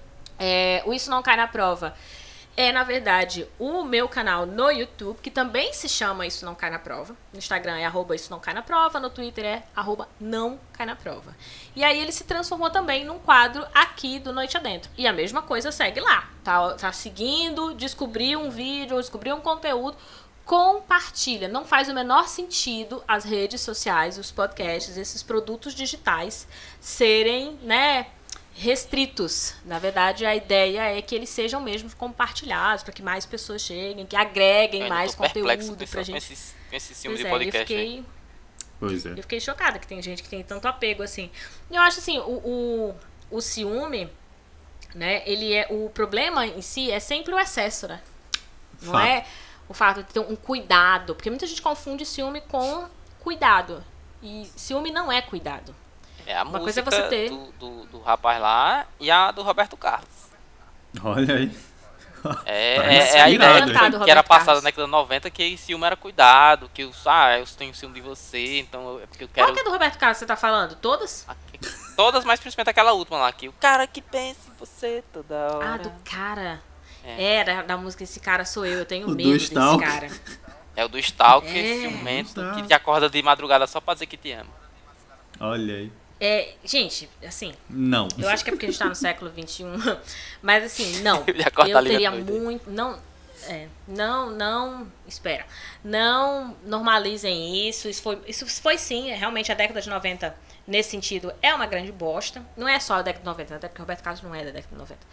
É, o Isso Não Cai na Prova é, na verdade, o meu canal no YouTube, que também se chama Isso Não Cai na Prova. No Instagram é arroba Isso Não Cai na Prova, no Twitter é arroba Não Cai na Prova. E aí ele se transformou também num quadro aqui do Noite Adentro. E a mesma coisa segue lá. Tá, tá seguindo, descobriu um vídeo, descobriu um conteúdo, compartilha. Não faz o menor sentido as redes sociais, os podcasts, esses produtos digitais serem, né, restritos. Na verdade, a ideia é que eles sejam mesmo compartilhados, para que mais pessoas cheguem, que agreguem eu mais conteúdo pra gente. Com esse, com esse filme pois de é, podcast. Eu fiquei, pois é. eu fiquei chocada que tem gente que tem tanto apego assim. Eu acho assim, o, o, o ciúme, né, ele é, o problema em si é sempre o excesso, né? Não fato. É o fato de ter um cuidado, porque muita gente confunde ciúme com cuidado. E ciúme não é cuidado. É a Uma música coisa é você ter... do, do, do rapaz lá e a do Roberto Carlos. Olha aí. É, é, é a ideia que, foi, que era passada na década de noventa, que ciúme era cuidado, que eu, ah, eu tenho ciúme de você, então é porque eu quero... Qual que é do Roberto Carlos que você tá falando? Todas? Aqui, todas, mas principalmente aquela última lá, que o cara que pensa em você toda hora. Ah, do cara. É, é da, da música Esse Cara Sou Eu, eu tenho o medo desse cara. É o do Stalker, é. ciumento, que te acorda de madrugada só pra dizer que te ama. Olha aí. É, gente, assim... Não. Eu acho que é porque a gente tá no século vinte e um. Mas assim, não. Eu, eu teria muito... Não, é, não, não... Espera. Não normalizem isso. Isso foi, isso foi sim, realmente a década de noventa, nesse sentido, é uma grande bosta. Não é só a década de noventa, até porque o Roberto Carlos não é da década de noventa.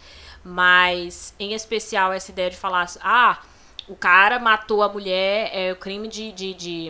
Mas, em especial, essa ideia de falar... Ah, o cara matou a mulher, é o crime de... de, de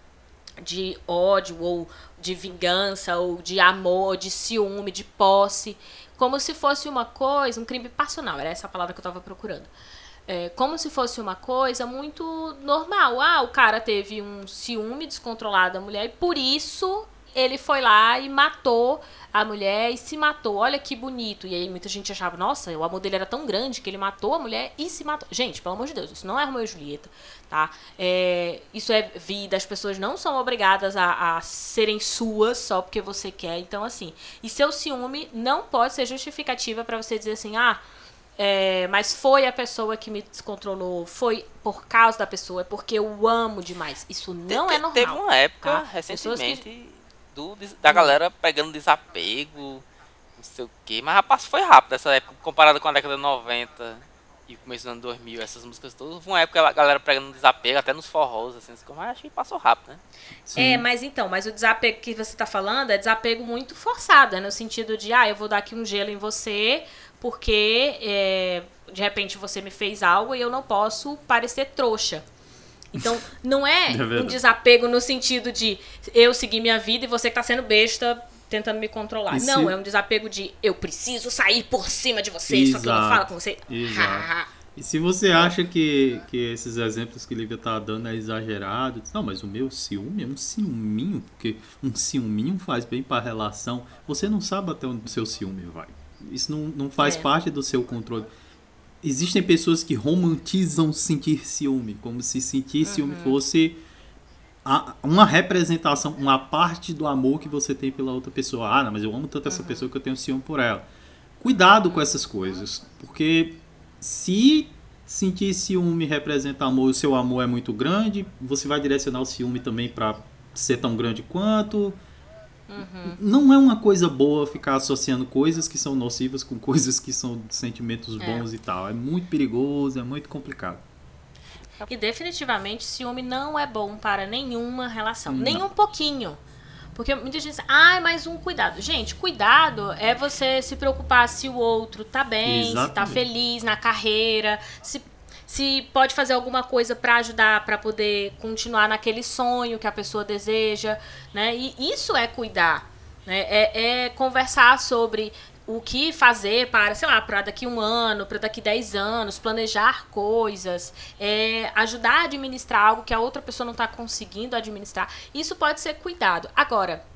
de ódio, ou de vingança, ou de amor, de ciúme, de posse, como se fosse uma coisa, um crime passional, era essa a palavra que eu estava procurando. É, como se fosse uma coisa muito normal. Ah, o cara teve um ciúme descontrolado da mulher e por isso ele foi lá e matou a mulher e se matou. Olha que bonito. E aí muita gente achava, nossa, o amor dele era tão grande que ele matou a mulher e se matou. Gente, pelo amor de Deus, isso não é Romeu e Julieta, tá? É, isso é vida, as pessoas não são obrigadas a, a serem suas só porque você quer. Então, assim, e seu ciúme não pode ser justificativa para você dizer assim, ah, é, mas foi a pessoa que me descontrolou, foi por causa da pessoa, é porque eu amo demais. Isso não te, é normal. Teve uma época, tá? recentemente... Que... Do, da galera pegando desapego, não sei o que, mas rapaz, foi rápido essa época, comparado com a década de noventa e o começo do ano dois mil, essas músicas todas, foi uma época a galera pegando desapego, até nos forrós, assim, mas acho que passou rápido, né? Sim. É, mas então, mas o desapego que você tá falando é desapego muito forçado, é no sentido de, ah, eu vou dar aqui um gelo em você, porque é, de repente você me fez algo e eu não posso parecer trouxa. Então, não é, é um desapego no sentido de eu seguir minha vida e você que tá sendo besta tentando me controlar. E não, se... é um desapego de eu preciso sair por cima de você, Exato. Só que eu não falo com você. Exato. E se você acha que, que esses exemplos que Lívia tá dando é exagerado, não, mas o meu ciúme é um ciúminho, porque um ciúminho faz bem pra relação. Você não sabe até onde o seu ciúme vai. Isso não, não faz é. parte do seu controle. Existem pessoas que romantizam sentir ciúme, como se sentir uhum. ciúme fosse a, uma representação, uma parte do amor que você tem pela outra pessoa. Ah, não, mas eu amo tanto essa uhum. pessoa que eu tenho ciúme por ela. Cuidado com essas coisas, porque se sentir ciúme representa amor e o seu amor é muito grande, você vai direcionar o ciúme também para ser tão grande quanto... Uhum. Não é uma coisa boa ficar associando coisas que são nocivas com coisas que são sentimentos bons é. e tal. É muito perigoso, é muito complicado. E definitivamente ciúme não é bom para nenhuma relação, não. Nem um pouquinho. Porque muita gente diz, ah, mas um cuidado. Gente, cuidado é você se preocupar se o outro tá bem, Exatamente. se tá feliz na carreira, se se pode fazer alguma coisa para ajudar, para poder continuar naquele sonho que a pessoa deseja, né? E isso é cuidar, né? É, é conversar sobre o que fazer para, sei lá, para daqui um ano, para daqui dez anos, planejar coisas, é ajudar a administrar algo que a outra pessoa não está conseguindo administrar. Isso pode ser cuidado. Agora,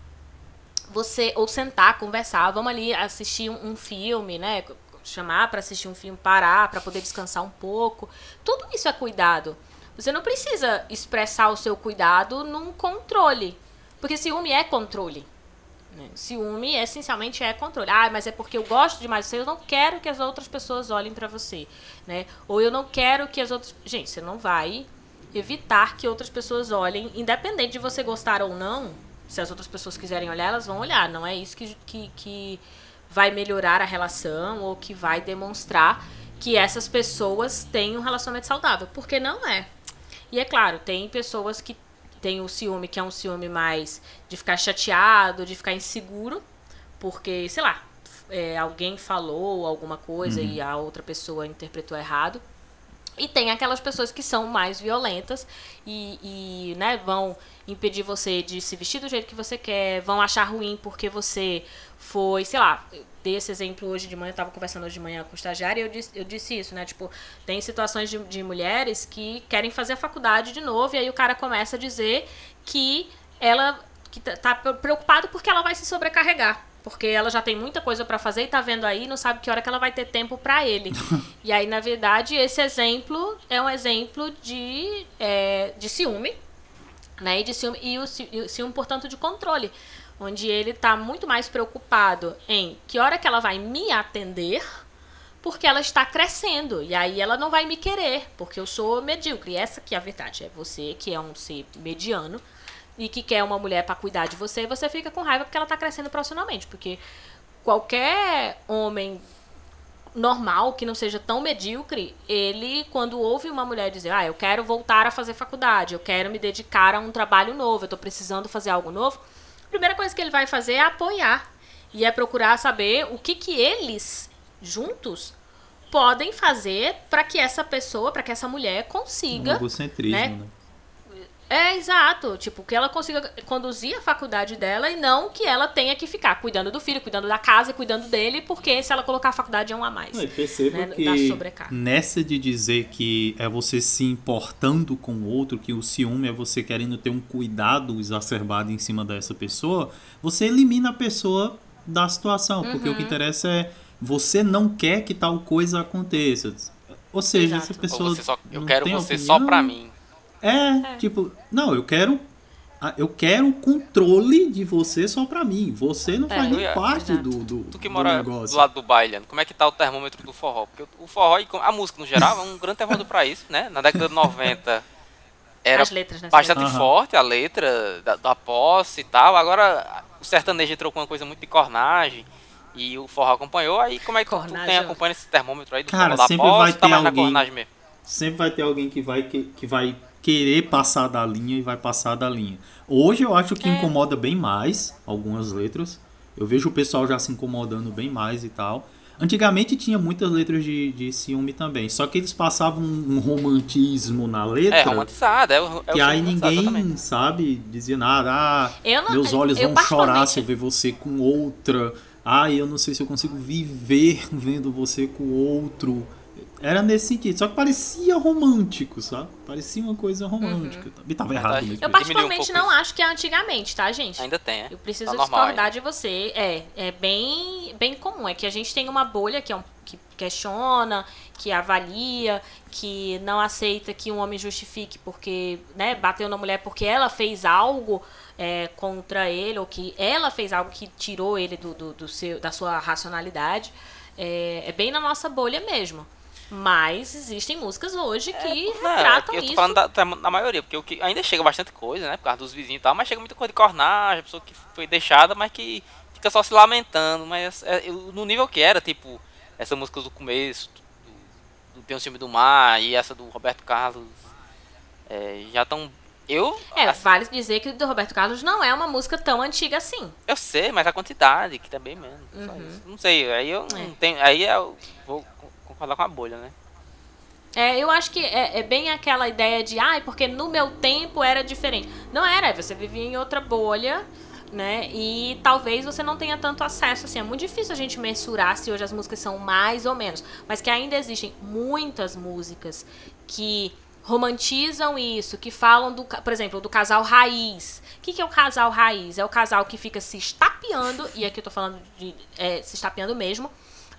você, ou sentar, conversar, vamos ali assistir um, um filme, né? Chamar para assistir um filme, parar, para poder descansar um pouco. Tudo isso é cuidado. Você não precisa expressar o seu cuidado num controle. Porque ciúme é controle. Né? Ciúme, essencialmente, é controle. Ah, mas é porque eu gosto demais de você, eu não quero que as outras pessoas olhem para você. Né? Ou eu não quero que as outras... Gente, você não vai evitar que outras pessoas olhem, independente de você gostar ou não. Se as outras pessoas quiserem olhar, elas vão olhar. Não é isso que... que, que vai melhorar a relação ou que vai demonstrar que essas pessoas têm um relacionamento saudável. Porque não é. E é claro, tem pessoas que têm o ciúme, que é um ciúme mais de ficar chateado, de ficar inseguro, porque, sei lá, é, alguém falou alguma coisa uhum. e a outra pessoa interpretou errado. E tem aquelas pessoas que são mais violentas e, e né, vão impedir você de se vestir do jeito que você quer, vão achar ruim porque você foi, sei lá, eu dei esse exemplo hoje de manhã, eu estava conversando hoje de manhã com o estagiário e eu disse, eu disse isso, né, tipo, tem situações de, de mulheres que querem fazer a faculdade de novo e aí o cara começa a dizer que ela que tá preocupado porque ela vai se sobrecarregar. Porque ela já tem muita coisa pra fazer e tá vendo aí, não sabe que hora que ela vai ter tempo pra ele. E aí, na verdade, esse exemplo é um exemplo de, é, de ciúme, né? E, de ciúme, e o ciúme, portanto, de controle. Onde ele tá muito mais preocupado em que hora que ela vai me atender, porque ela está crescendo. E aí ela não vai me querer, porque eu sou medíocre. E essa que é a verdade. É você que é um ser mediano e que quer uma mulher para cuidar de você, e você fica com raiva porque ela tá crescendo profissionalmente. Porque qualquer homem normal, que não seja tão medíocre, ele, quando ouve uma mulher dizer, ah, eu quero voltar a fazer faculdade, eu quero me dedicar a um trabalho novo, eu tô precisando fazer algo novo, a primeira coisa que ele vai fazer é apoiar. E é procurar saber o que que eles, juntos, podem fazer para que essa pessoa, para que essa mulher consiga... Um egocentrismo, né? né? É, exato. Tipo, que ela consiga conduzir a faculdade dela e não que ela tenha que ficar cuidando do filho, cuidando da casa e cuidando dele, porque se ela colocar a faculdade é um a mais. Não, e perceba né, que nessa de dizer que é você se importando com o outro, que o ciúme é você querendo ter um cuidado exacerbado em cima dessa pessoa, você elimina a pessoa da situação, porque uhum. o que interessa é você não quer que tal coisa aconteça. Ou seja, Exato. essa pessoa... Ou você só, eu quero você opinião, só pra mim. É, é, tipo, não, eu quero eu quero o controle de você só pra mim. Você não é, faz nem parte do, do, tu que do mora negócio. do lado do baile, como é que tá o termômetro do forró? Porque o forró e a música no geral é um grande termômetro pra isso, né? Na década de noventa era letras, né, bastante uhum. forte a letra da, da posse e tal. Agora o sertanejo entrou com uma coisa muito de cornagem e o forró acompanhou. Aí como é que tu, tu tem acompanhando esse termômetro aí do Cara, forró da sempre posse? Vai ter tá mais alguém, na cornagem mesmo? Sempre vai ter alguém que vai, que, que vai querer passar da linha e vai passar da linha. Hoje eu acho que é. incomoda bem mais algumas letras. Eu vejo o pessoal já se incomodando bem mais e tal. Antigamente tinha muitas letras de, de ciúme também, só que eles passavam um romantismo na letra. É, romantizado, é o, é que o aí ninguém, exatamente. sabe, dizia nada. Ah, não, meus olhos eu vão chorar se eu ver você com outra. Ah, eu não sei se eu consigo viver vendo você com outro. Era nesse sentido, só que parecia romântico, sabe? Parecia uma coisa romântica. Uhum. E tava errado mesmo. Eu particularmente um não isso. acho que é antigamente, tá, gente? Ainda tem, é? Eu preciso tá discordar ainda. de você. É, é bem, bem comum. É que a gente tem uma bolha que, é um, que questiona, que avalia, que não aceita que um homem justifique porque, né, bateu na mulher porque ela fez algo é, contra ele, ou que ela fez algo que tirou ele do, do, do seu, da sua racionalidade. É, é bem na nossa bolha mesmo. Mas existem músicas hoje que é, retratam eu tô isso. falando da, da maioria, porque o que ainda chega bastante coisa, né? Por causa dos vizinhos e tal, mas chega muita coisa de cornagem, a pessoa que foi deixada, mas que fica só se lamentando. Mas é, eu, no nível que era, tipo, essa música do começo, do, do Tem um Filme do Mar e essa do Roberto Carlos, é, já estão. Eu. É, assim, vale dizer que o do Roberto Carlos não é uma música tão antiga assim. Eu sei, mas a quantidade, que também menos. Uhum. Não sei, aí eu é. não tenho. Aí eu vou concordar com a bolha, né? É, eu acho que é, é bem aquela ideia de, ah, porque no meu tempo era diferente. Não era, você vivia em outra bolha, né? E talvez você não tenha tanto acesso, assim, é muito difícil a gente mensurar se hoje as músicas são mais ou menos, mas que ainda existem muitas músicas que romantizam isso, que falam, do, por exemplo, do casal raiz. O que, que é o casal raiz? É o casal que fica se estapeando, e aqui eu tô falando de é, se estapeando mesmo,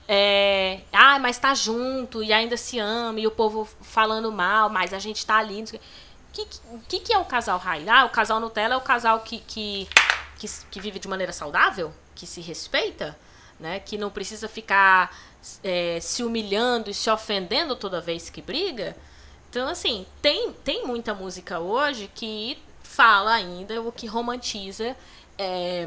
É, ah, mas tá junto e ainda se ama, e o povo falando mal, mas a gente tá ali. O que, que, que é o casal raiz? Ah, o casal Nutella é o casal que, que, que, que vive de maneira saudável, que se respeita, né? Que não precisa ficar é, se humilhando e se ofendendo toda vez que briga. Então, assim, tem, tem muita música hoje que fala ainda, o que romantiza é,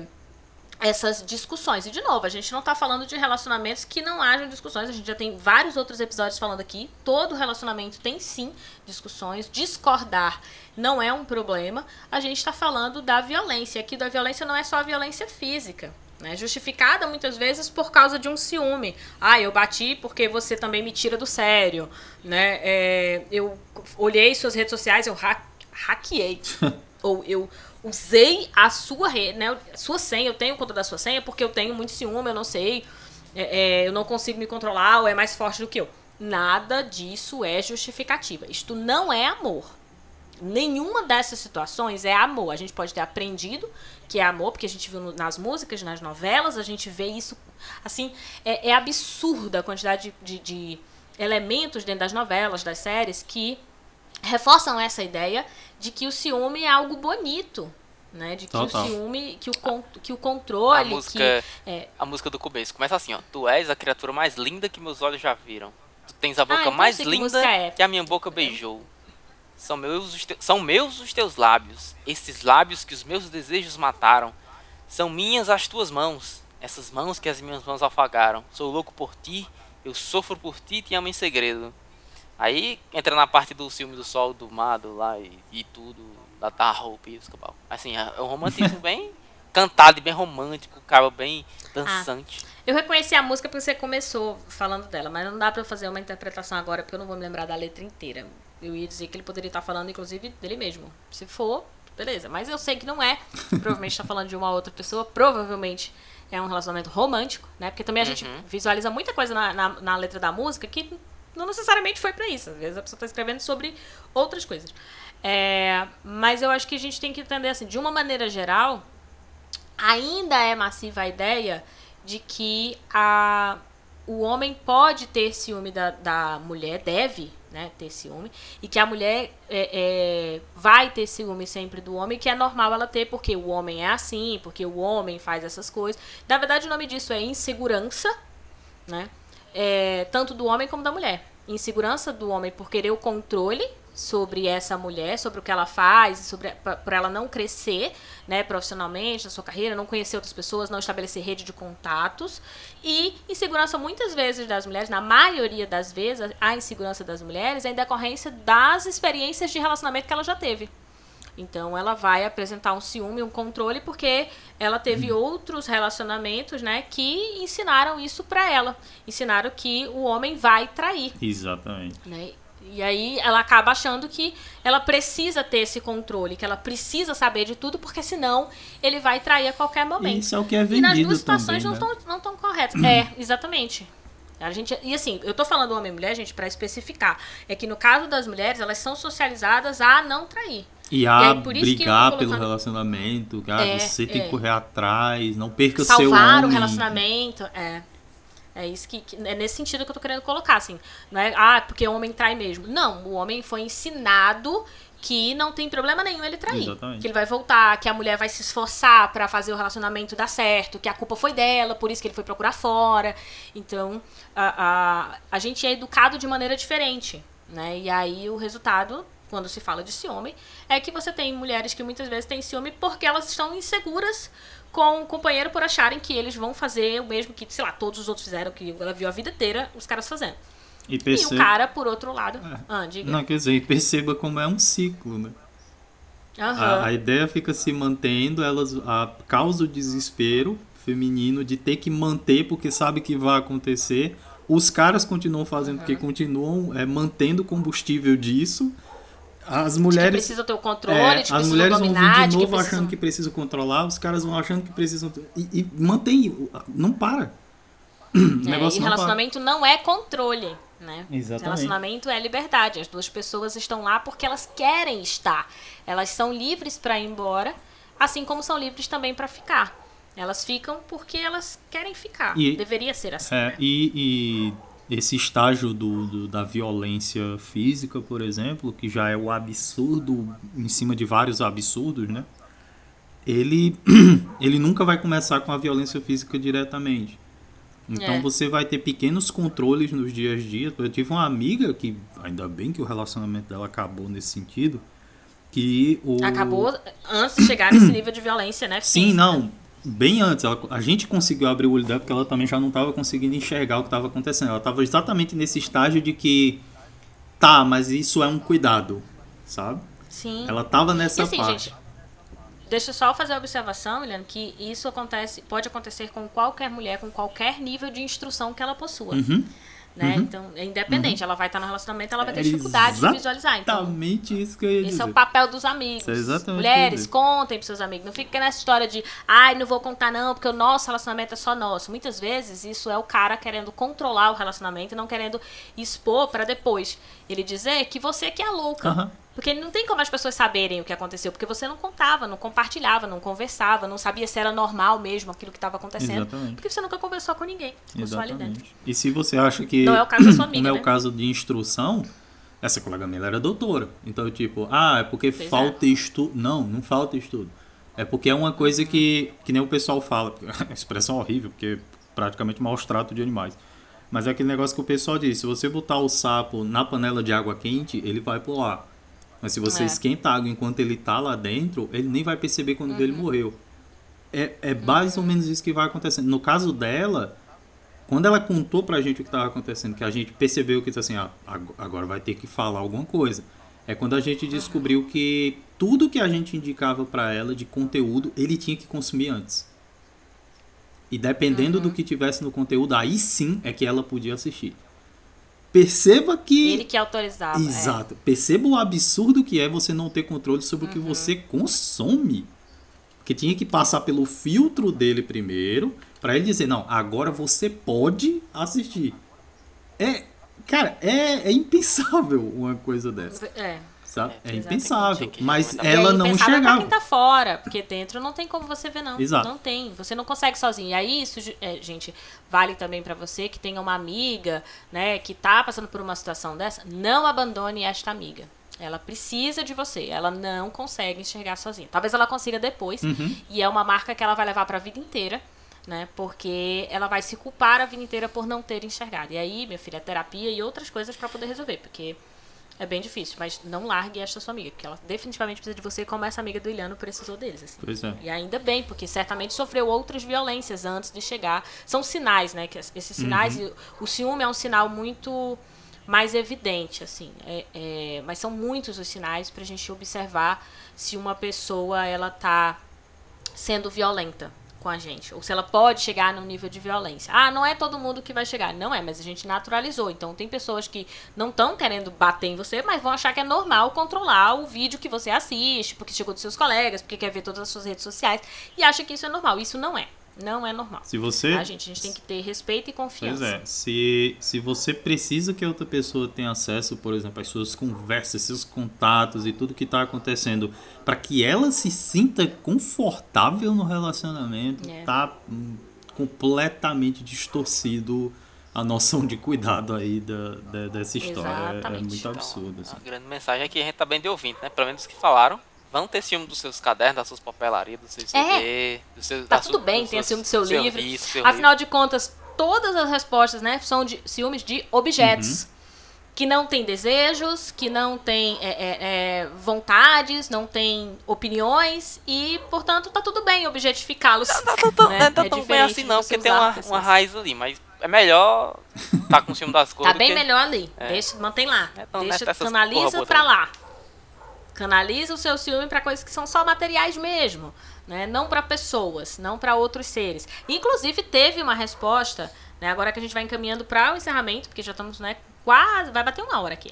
essas discussões. E, de novo, a gente não tá falando de relacionamentos que não hajam discussões. A gente já tem vários outros episódios falando aqui. Todo relacionamento tem, sim, discussões. Discordar não é um problema. A gente tá falando da violência. Aqui, da violência não é só a violência física, né? Justificada, muitas vezes, por causa de um ciúme. Ah, eu bati porque você também me tira do sério, né? É, eu olhei suas redes sociais, eu ha- hackeei. Ou eu... usei a sua rede, né, sua senha, eu tenho conta da sua senha porque eu tenho muito ciúme, eu não sei, é, é, eu não consigo me controlar, ou é mais forte do que eu. Nada disso é justificativa. Isto não é amor. Nenhuma dessas situações é amor. A gente pode ter aprendido que é amor, porque a gente viu nas músicas, nas novelas, a gente vê isso, assim, é, é absurda a quantidade de, de, de elementos dentro das novelas, das séries, que reforçam essa ideia de que o ciúme é algo bonito, né? De que Total. o ciúme, que o, que o controle... A música, que, é... a música do começo começa assim, ó. Tu és a criatura mais linda que meus olhos já viram. Tu tens a boca ah, então mais linda que, é. que a minha boca beijou. São meus, os te... São meus os teus lábios, esses lábios que os meus desejos mataram. São minhas as tuas mãos, essas mãos que as minhas mãos afagaram. Sou louco por ti, eu sofro por ti e te amo em segredo. Aí entra na parte do ciúme do sol, do mar, do lá e, e tudo, da da roupa e escapau. Assim, é um romantismo bem cantado e bem romântico, cara, bem dançante. Ah, eu reconheci a música porque você começou falando dela, mas não dá pra eu fazer uma interpretação agora porque eu não vou me lembrar da letra inteira. Eu ia dizer que ele poderia estar falando, inclusive, dele mesmo. Se for, beleza. Mas eu sei que não é. Provavelmente está falando de uma outra pessoa. Provavelmente é um relacionamento romântico, né? Porque também a uhum. gente visualiza muita coisa na, na, na letra da música que não necessariamente foi pra isso. Às vezes a pessoa tá escrevendo sobre outras coisas. É, mas eu acho que a gente tem que entender assim, de uma maneira geral, ainda é massiva a ideia de que a, o homem pode ter ciúme da, da mulher, deve, né, ter ciúme, e que a mulher é, é, vai ter ciúme sempre do homem, que é normal ela ter, porque o homem é assim, porque o homem faz essas coisas. Na verdade, o nome disso é insegurança, né? É, tanto do homem como da mulher. Insegurança do homem por querer o controle sobre essa mulher, sobre o que ela faz, sobre por ela não crescer, né, profissionalmente, na sua carreira, não conhecer outras pessoas, não estabelecer rede de contatos. E insegurança muitas vezes das mulheres, na maioria das vezes, a insegurança das mulheres é em decorrência das experiências de relacionamento que ela já teve. Então ela vai apresentar um ciúme, um controle, porque ela teve hum. outros relacionamentos, né, que ensinaram isso pra ela. Ensinaram que o homem vai trair. Exatamente. Né? E aí ela acaba achando que ela precisa ter esse controle, que ela precisa saber de tudo, porque senão ele vai trair a qualquer momento. Isso é o que é vendido também, e nas duas situações também, não né? estão não tão corretas. É, exatamente. A gente, e assim, eu tô falando homem e mulher, gente, pra especificar. É que no caso das mulheres, elas são socializadas a não trair. E a e aí, brigar colocando... pelo relacionamento, ah, é, você tem é. que correr atrás, não perca Salvar seu homem. Salvar o relacionamento, é. É isso que, que é nesse sentido que eu tô querendo colocar, assim. Não é, ah, porque o homem trai mesmo. Não, o homem foi ensinado que não tem problema nenhum ele trair. Exatamente. Que ele vai voltar, que a mulher vai se esforçar pra fazer o relacionamento dar certo, que a culpa foi dela, por isso que ele foi procurar fora. Então, a, a, a gente é educado de maneira diferente, né? E aí o resultado, quando se fala de ciúme, é que você tem mulheres que muitas vezes têm ciúme porque elas estão inseguras com o companheiro por acharem que eles vão fazer o mesmo que, sei lá, todos os outros fizeram, que ela viu a vida inteira os caras fazendo. E, perceba... e o cara, por outro lado... É. Ah, diga. Não, quer dizer, perceba como é um ciclo, né? Uhum. A, a ideia fica se mantendo, elas a, causa o desespero feminino de ter que manter porque sabe que vai acontecer. Os caras continuam fazendo uhum. porque continuam é, mantendo o combustível disso. As mulheres... De que precisa ter o controle, é, de que as mulheres dominar, vão vir de novo que precisam... achando que precisam controlar, os caras vão achando que precisam... E, e mantém, não para. O negócio é, e não relacionamento para. não é controle, né? Exatamente. Relacionamento é liberdade. As duas pessoas estão lá porque elas querem estar. Elas são livres para ir embora, assim como são livres também para ficar. Elas ficam porque elas querem ficar. E, Deveria ser assim. É, né? e, e esse estágio do, do, da violência física, por exemplo, que já é o absurdo em cima de vários absurdos, né? Ele, ele nunca vai começar com a violência física diretamente. Então é. você vai ter pequenos controles nos dias a dia. Eu tive uma amiga que, ainda bem que o relacionamento dela acabou nesse sentido, que o... Acabou antes de chegar nesse nível de violência, né? Sim, física. Não. Bem antes. Ela, a gente conseguiu abrir o olho dela porque ela também já não estava conseguindo enxergar o que estava acontecendo. Ela estava exatamente nesse estágio de que, tá, mas isso é um cuidado, sabe? Sim. Ela estava nessa e assim, parte. Gente, deixa eu só fazer a observação, William, que isso acontece, pode acontecer com qualquer mulher, com qualquer nível de instrução que ela possua. Uhum. Né? Uhum. Então, é independente. Uhum. Ela vai estar no relacionamento, ela vai ter é dificuldade de visualizar. Então, exatamente isso que eu ia dizer. Esse é o papel dos amigos. É exatamente Mulheres, contem pros seus amigos. Não fica nessa história de, ai, não vou contar não, porque o nosso relacionamento é só nosso. Muitas vezes, isso é o cara querendo controlar o relacionamento e não querendo expor pra depois ele dizer que você que é louca. Uhum. Porque não tem como as pessoas saberem o que aconteceu, porque você não contava, não compartilhava, não conversava, não sabia se era normal mesmo aquilo que estava acontecendo. Exatamente. Porque você nunca conversou com ninguém. Ficou só ali dentro. E se você acha que não é o caso da sua amiga, não é né? o caso de instrução, essa colega minha era doutora. Então, tipo, ah, é porque pois falta é. estudo. Não, não falta estudo. É porque é uma coisa que, que nem o pessoal fala. A expressão horrível, porque é praticamente maus trato de animais. Mas é aquele negócio que o pessoal diz, se você botar o sapo na panela de água quente, ele vai pular. Mas se você é. esquenta a água enquanto ele tá lá dentro, ele nem vai perceber quando uhum. ele morreu. É, é mais uhum. ou menos isso que vai acontecendo. No caso dela, quando ela contou pra gente o que estava acontecendo, que a gente percebeu que assim, ah, agora vai ter que falar alguma coisa. É quando a gente descobriu uhum. que tudo que a gente indicava pra ela de conteúdo, ele tinha que consumir antes. E dependendo uhum. do que tivesse no conteúdo, aí sim é que ela podia assistir. Perceba que... Ele que autorizava. Exato. É. Perceba o absurdo que é você não ter controle sobre uhum. o que você consome. Porque tinha que passar pelo filtro dele primeiro, pra ele dizer, não, agora você pode assistir. É, cara, é, é impensável uma coisa dessa. É. Sabe? É, é impensável. Que mas é ela não enxergava. Pra quem tá fora, porque dentro não tem como você ver, não. Exato. Não tem. Você não consegue sozinho. E aí, isso, é, gente, vale também pra você que tenha uma amiga, né, que tá passando por uma situação dessa. Não abandone esta amiga. Ela precisa de você. Ela não consegue enxergar sozinha. Talvez ela consiga depois. Uhum. E é uma marca que ela vai levar pra vida inteira. Né, porque ela vai se culpar a vida inteira por não ter enxergado. E aí, minha filha, terapia e outras coisas pra poder resolver. Porque... é bem difícil, mas não largue esta sua amiga, porque ela definitivamente precisa de você como essa amiga do Iliano precisou deles. Assim. Pois é. E ainda bem, porque certamente sofreu outras violências antes de chegar. São sinais, né? Que esses sinais, uhum. o ciúme é um sinal muito, mais evidente, assim. É, é, mas são muitos os sinais pra gente observar se uma pessoa, ela tá sendo violenta com a gente, ou se ela pode chegar num nível de violência. Ah, não é todo mundo que vai chegar. Não é, mas a gente naturalizou. Então tem pessoas que não estão querendo bater em você, mas vão achar que é normal controlar o vídeo que você assiste, porque chegou dos seus colegas, porque quer ver todas as suas redes sociais, e acha que isso é normal. Isso não é. Não é normal. Se você... A gente, a gente tem que ter respeito e confiança. Pois é. Se, se você precisa que a outra pessoa tenha acesso, por exemplo, às suas conversas, seus contatos e tudo que está acontecendo, para que ela se sinta confortável no relacionamento, é. tá hum, completamente distorcido a noção de cuidado aí da, da, dessa história. É, é muito absurdo. Assim. Então, a grande mensagem é que a gente tá bem de ouvinte, né? Pelo menos os que falaram. Vão ter ciúme dos seus cadernos, das suas papelarias, do seu C D, é. do seu, tá da tudo su, bem, do tem seu, ciúme do seu, seu livro. Isso, seu Afinal livro. de contas, todas as respostas, né, são de ciúmes de objetos. Uhum. Que não tem desejos, que não tem é, é, é, vontades, não tem opiniões e, portanto, tá tudo bem objetificá-los. Não, não, não, né? não é tão, é tão bem assim não, porque tem uma, uma raiz ali, mas é melhor tá com ciúme das coisas. Tá bem que... melhor ali, é. Deixa, mantém lá, é, então, deixa, canaliza pra lá. Canaliza o seu ciúme para coisas que são só materiais mesmo, né? Não para pessoas, não para outros seres. Inclusive, teve uma resposta, né? Agora que a gente vai encaminhando para o encerramento, porque já estamos, né, quase, vai bater uma hora aqui.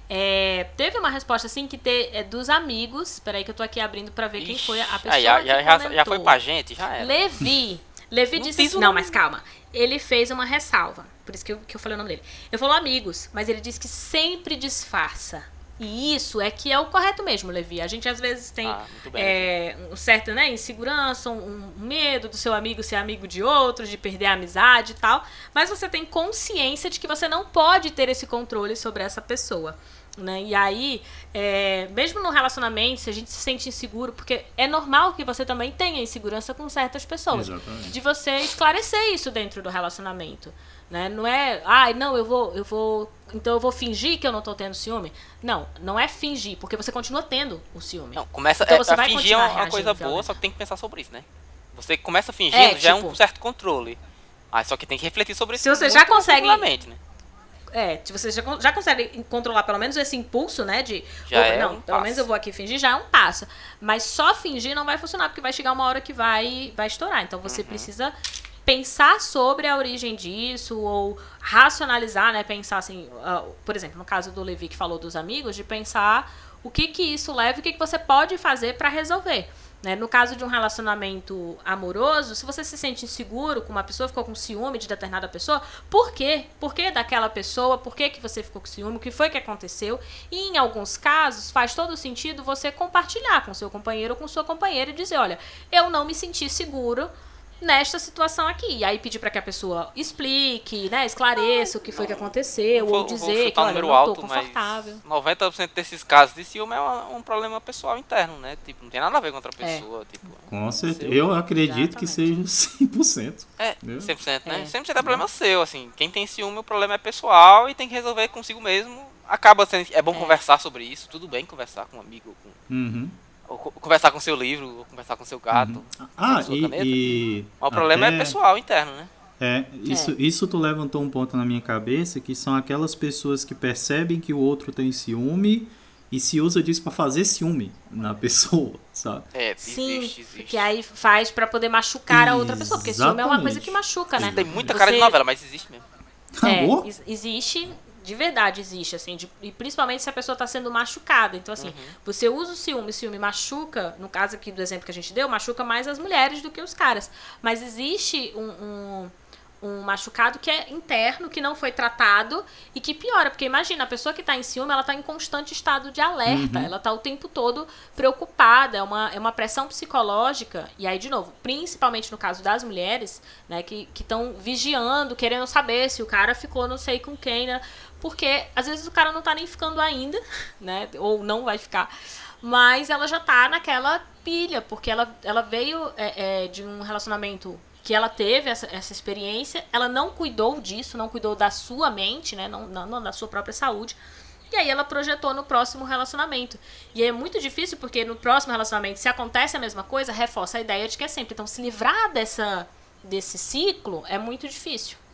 É, teve uma resposta, assim, que te, é, dos amigos, peraí que eu tô aqui abrindo para ver Ixi, quem foi a pessoa já, que já, comentou. Já foi pra gente, já era. Levi. Levi não disse... Não, mas calma. Ele fez uma ressalva, por isso que eu, que eu falei o nome dele. Ele falou amigos, mas ele disse que sempre disfarça. E isso é que é o correto mesmo, Levi. A gente às vezes tem ah, bem, é, um certo, né, insegurança, um, um medo do seu amigo ser amigo de outros, de perder a amizade e tal. Mas você tem consciência de que você não pode ter esse controle sobre essa pessoa. Né? E aí, é, mesmo no relacionamento, se a gente se sente inseguro, porque é normal que você também tenha insegurança com certas pessoas. Exatamente. De você esclarecer isso dentro do relacionamento. Né? Não é, ah, não, eu vou, eu vou, então eu vou fingir que eu não tô tendo ciúme. Não, não é fingir, porque você continua tendo o ciúme. Não, começa, então é, você a vai fingir é uma coisa boa, só que tem que pensar sobre isso, né? Você começa fingindo, é, já tipo, é um certo controle. Ah, só que tem que refletir sobre isso. Se você já consegue, né? É, se você já, já consegue controlar pelo menos esse impulso, né, de, já oh, é não, um pelo passo. menos eu vou aqui fingir, já é um passo. Mas só fingir não vai funcionar, porque vai chegar uma hora que vai, vai estourar. Então você uhum. precisa pensar sobre a origem disso, ou racionalizar, né, pensar assim, uh, por exemplo, no caso do Levi que falou dos amigos, de pensar o que que isso leva e o que que você pode fazer para resolver. Né? No caso de um relacionamento amoroso, se você se sente inseguro com uma pessoa, ficou com ciúme de determinada pessoa, por quê? Por que daquela pessoa? Por que que você ficou com ciúme? O que foi que aconteceu? E em alguns casos, faz todo sentido você compartilhar com seu companheiro ou com sua companheira e dizer, olha, eu não me senti seguro nesta situação aqui. E aí pedir para que a pessoa explique, né, esclareça o que foi que aconteceu, vou, ou dizer que, olha, eu não alto, tô confortável. Mas noventa por cento desses casos de ciúme é um, um problema pessoal interno, né? Tipo, não tem nada a ver com outra pessoa. É. Tipo, com certeza. Eu acredito exatamente. Que seja cem por cento. É, cem por cento, né? É. cem por cento é problema seu, assim. Quem tem ciúme, o problema é pessoal e tem que resolver consigo mesmo. Acaba sendo... É bom é. conversar sobre isso. Tudo bem conversar com um amigo, com... Uhum. Ou conversar com seu livro, ou conversar com seu gato. Uhum. Ah, e, caneta. e... Mas o problema até... é pessoal, interno, né? É isso, é, isso tu levantou um ponto na minha cabeça, que são aquelas pessoas que percebem que o outro tem ciúme e se usa disso pra fazer ciúme na pessoa, sabe? É, sim, existe, existe. Que aí faz pra poder machucar a outra pessoa, porque ciúme é uma coisa que machuca, né? Tem muita cara Você... de novela, mas existe mesmo. É, existe... De verdade existe, assim, de, e principalmente se a pessoa está sendo machucada. Então, assim, uhum. você usa o ciúme, o ciúme machuca, no caso aqui do exemplo que a gente deu, machuca mais as mulheres do que os caras. Mas existe um, um, um machucado que é interno, que não foi tratado e que piora. Porque imagina, a pessoa que está em ciúme, ela está em constante estado de alerta. Uhum. Ela está o tempo todo preocupada. É uma, é uma pressão psicológica. E aí, de novo, principalmente no caso das mulheres, né, que estão vigiando, querendo saber se o cara ficou não sei com quem, né? Porque, às vezes, o cara não tá nem ficando ainda, né? Ou não vai ficar. Mas ela já tá naquela pilha, porque ela, ela veio é, é, de um relacionamento que ela teve essa, essa experiência, ela não cuidou disso, não cuidou da sua mente, né? Não, não, não da sua própria saúde. E aí ela projetou no próximo relacionamento. E é muito difícil, porque no próximo relacionamento, se acontece a mesma coisa, reforça a ideia de que é sempre. Então, se livrar dessa, desse ciclo é muito difícil.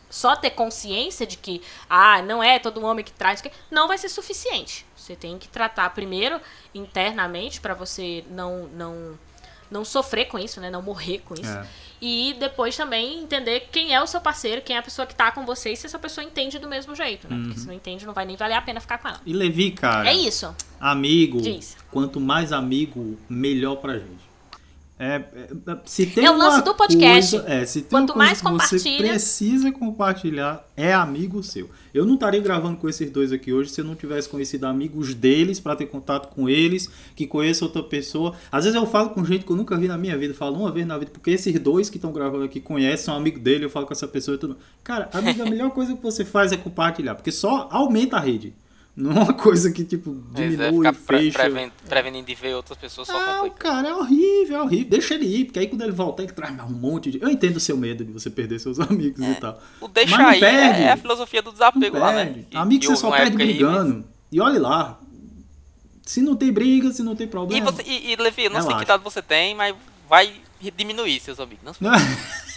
só ter consciência de que, ah, não é todo homem que traz, não vai ser suficiente. Você tem que tratar primeiro internamente para você não, não, não sofrer com isso, né? Não morrer com isso. É. E depois também entender quem é o seu parceiro, quem é a pessoa que tá com você e se essa pessoa entende do mesmo jeito, né? Uhum. Porque se não entende, não vai nem valer a pena ficar com ela. E Levi, cara... É isso. Amigo, Diz. Quanto mais amigo, melhor pra gente. É, é, se tem é o lance do podcast. Coisa, é, se tem Quanto uma coisa mais que compartilha... você precisa compartilhar, é amigo seu. Eu não estaria gravando com esses dois aqui hoje se eu não tivesse conhecido amigos deles, para ter contato com eles, que conheça outra pessoa. Às vezes eu falo com gente que eu nunca vi na minha vida, falo uma vez na vida, porque esses dois que estão gravando aqui conhecem, são amigos dele, eu falo com essa pessoa e tudo. Cara, amigo, a melhor coisa que você faz é compartilhar, porque só aumenta a rede. Não é uma coisa que, tipo, diminui, é, fecha... Prevenindo, prevenindo de ver outras pessoas só ah, complica. Cara, é horrível, é horrível. Deixa ele ir, porque aí quando ele voltar, ele traz um monte de... Eu entendo o seu medo de você perder seus amigos é. e tal. O deixar aí perde, é a filosofia do desapego lá, né? E, amigo, você só perde brigando. Aí, mas... E olhe lá. Se não tem briga, se não tem problema... E, você, e, e Levi, eu não Relaxa. sei que idade você tem, mas vai diminuir seus amigos. Não se preocupe.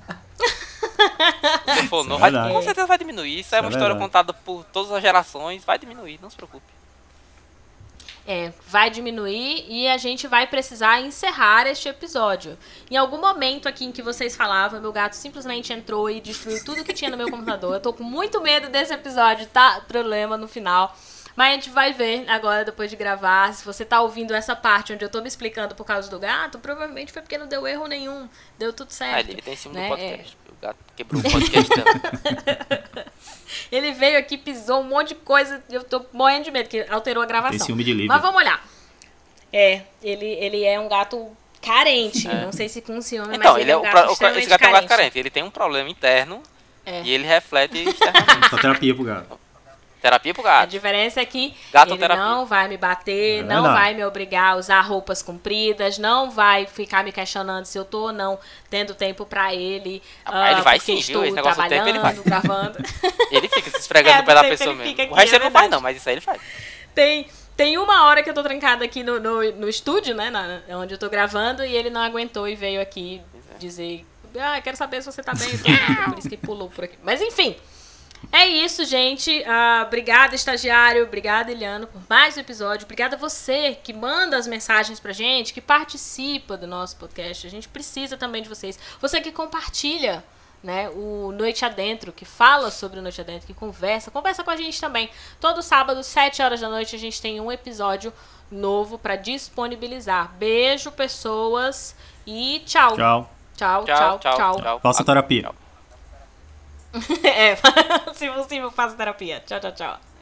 Se for novo, vai, com certeza vai diminuir. Isso é, é uma verdade. História contada por todas as gerações. Vai diminuir, não se preocupe. É, vai diminuir e a gente vai precisar encerrar este episódio. Em algum momento aqui em que vocês falavam, meu gato simplesmente entrou e destruiu tudo que tinha no meu computador. Eu tô com muito medo desse episódio, tá? Problema no final. Mas a gente vai ver agora, depois de gravar. Se você tá ouvindo essa parte onde eu tô me explicando por causa do gato, provavelmente foi porque não deu erro nenhum. Deu tudo certo. Ah, ele tá em cima né? do podcast. É. O gato quebrou o podcast também. Ele veio aqui, pisou um monte de coisa. Eu tô morrendo de medo, que alterou a gravação. Tem ciúme de livre. Mas vamos olhar. É, ele, ele é um gato carente. É. Não sei se com ciúme, então, mas ele, ele é um gato pro, extremamente Esse gato carente. é um gato carente. Ele tem um problema interno é. e ele reflete externamente. Só terapia pro gato. Terapia pro gato. A diferença é que gato ele não vai me bater, é não vai me obrigar a usar roupas compridas, não vai ficar me questionando se eu tô ou não tendo tempo pra ele. Ah, ele uh, vai porque sim, estou viu? Esse negócio trabalhando, tempo, ele vai. gravando. Ele fica se esfregando é, no pé da pessoa mesmo. Aqui, o resto é ele não faz não, mas isso aí ele faz. Tem, tem uma hora que eu tô trancada aqui no, no, no estúdio, né, na, onde eu tô gravando, e ele não aguentou e veio aqui é. dizer, ah, quero saber se você tá bem, por isso que pulou por aqui. Mas enfim... É isso, gente. Uh, obrigada, estagiário. Obrigada, Eliano, por mais um episódio. Obrigada a você que manda as mensagens pra gente, que participa do nosso podcast. A gente precisa também de vocês. Você que compartilha, né, o Noite Adentro, que fala sobre o Noite Adentro, que conversa. Conversa com a gente também. Todo sábado, sete horas da noite, a gente tem um episódio novo pra disponibilizar. Beijo, pessoas. E tchau. Tchau. Tchau, tchau, tchau. tchau. tchau. Faça terapia. Tchau. É, se possível, faça terapia. Tchau, tchau, tchau.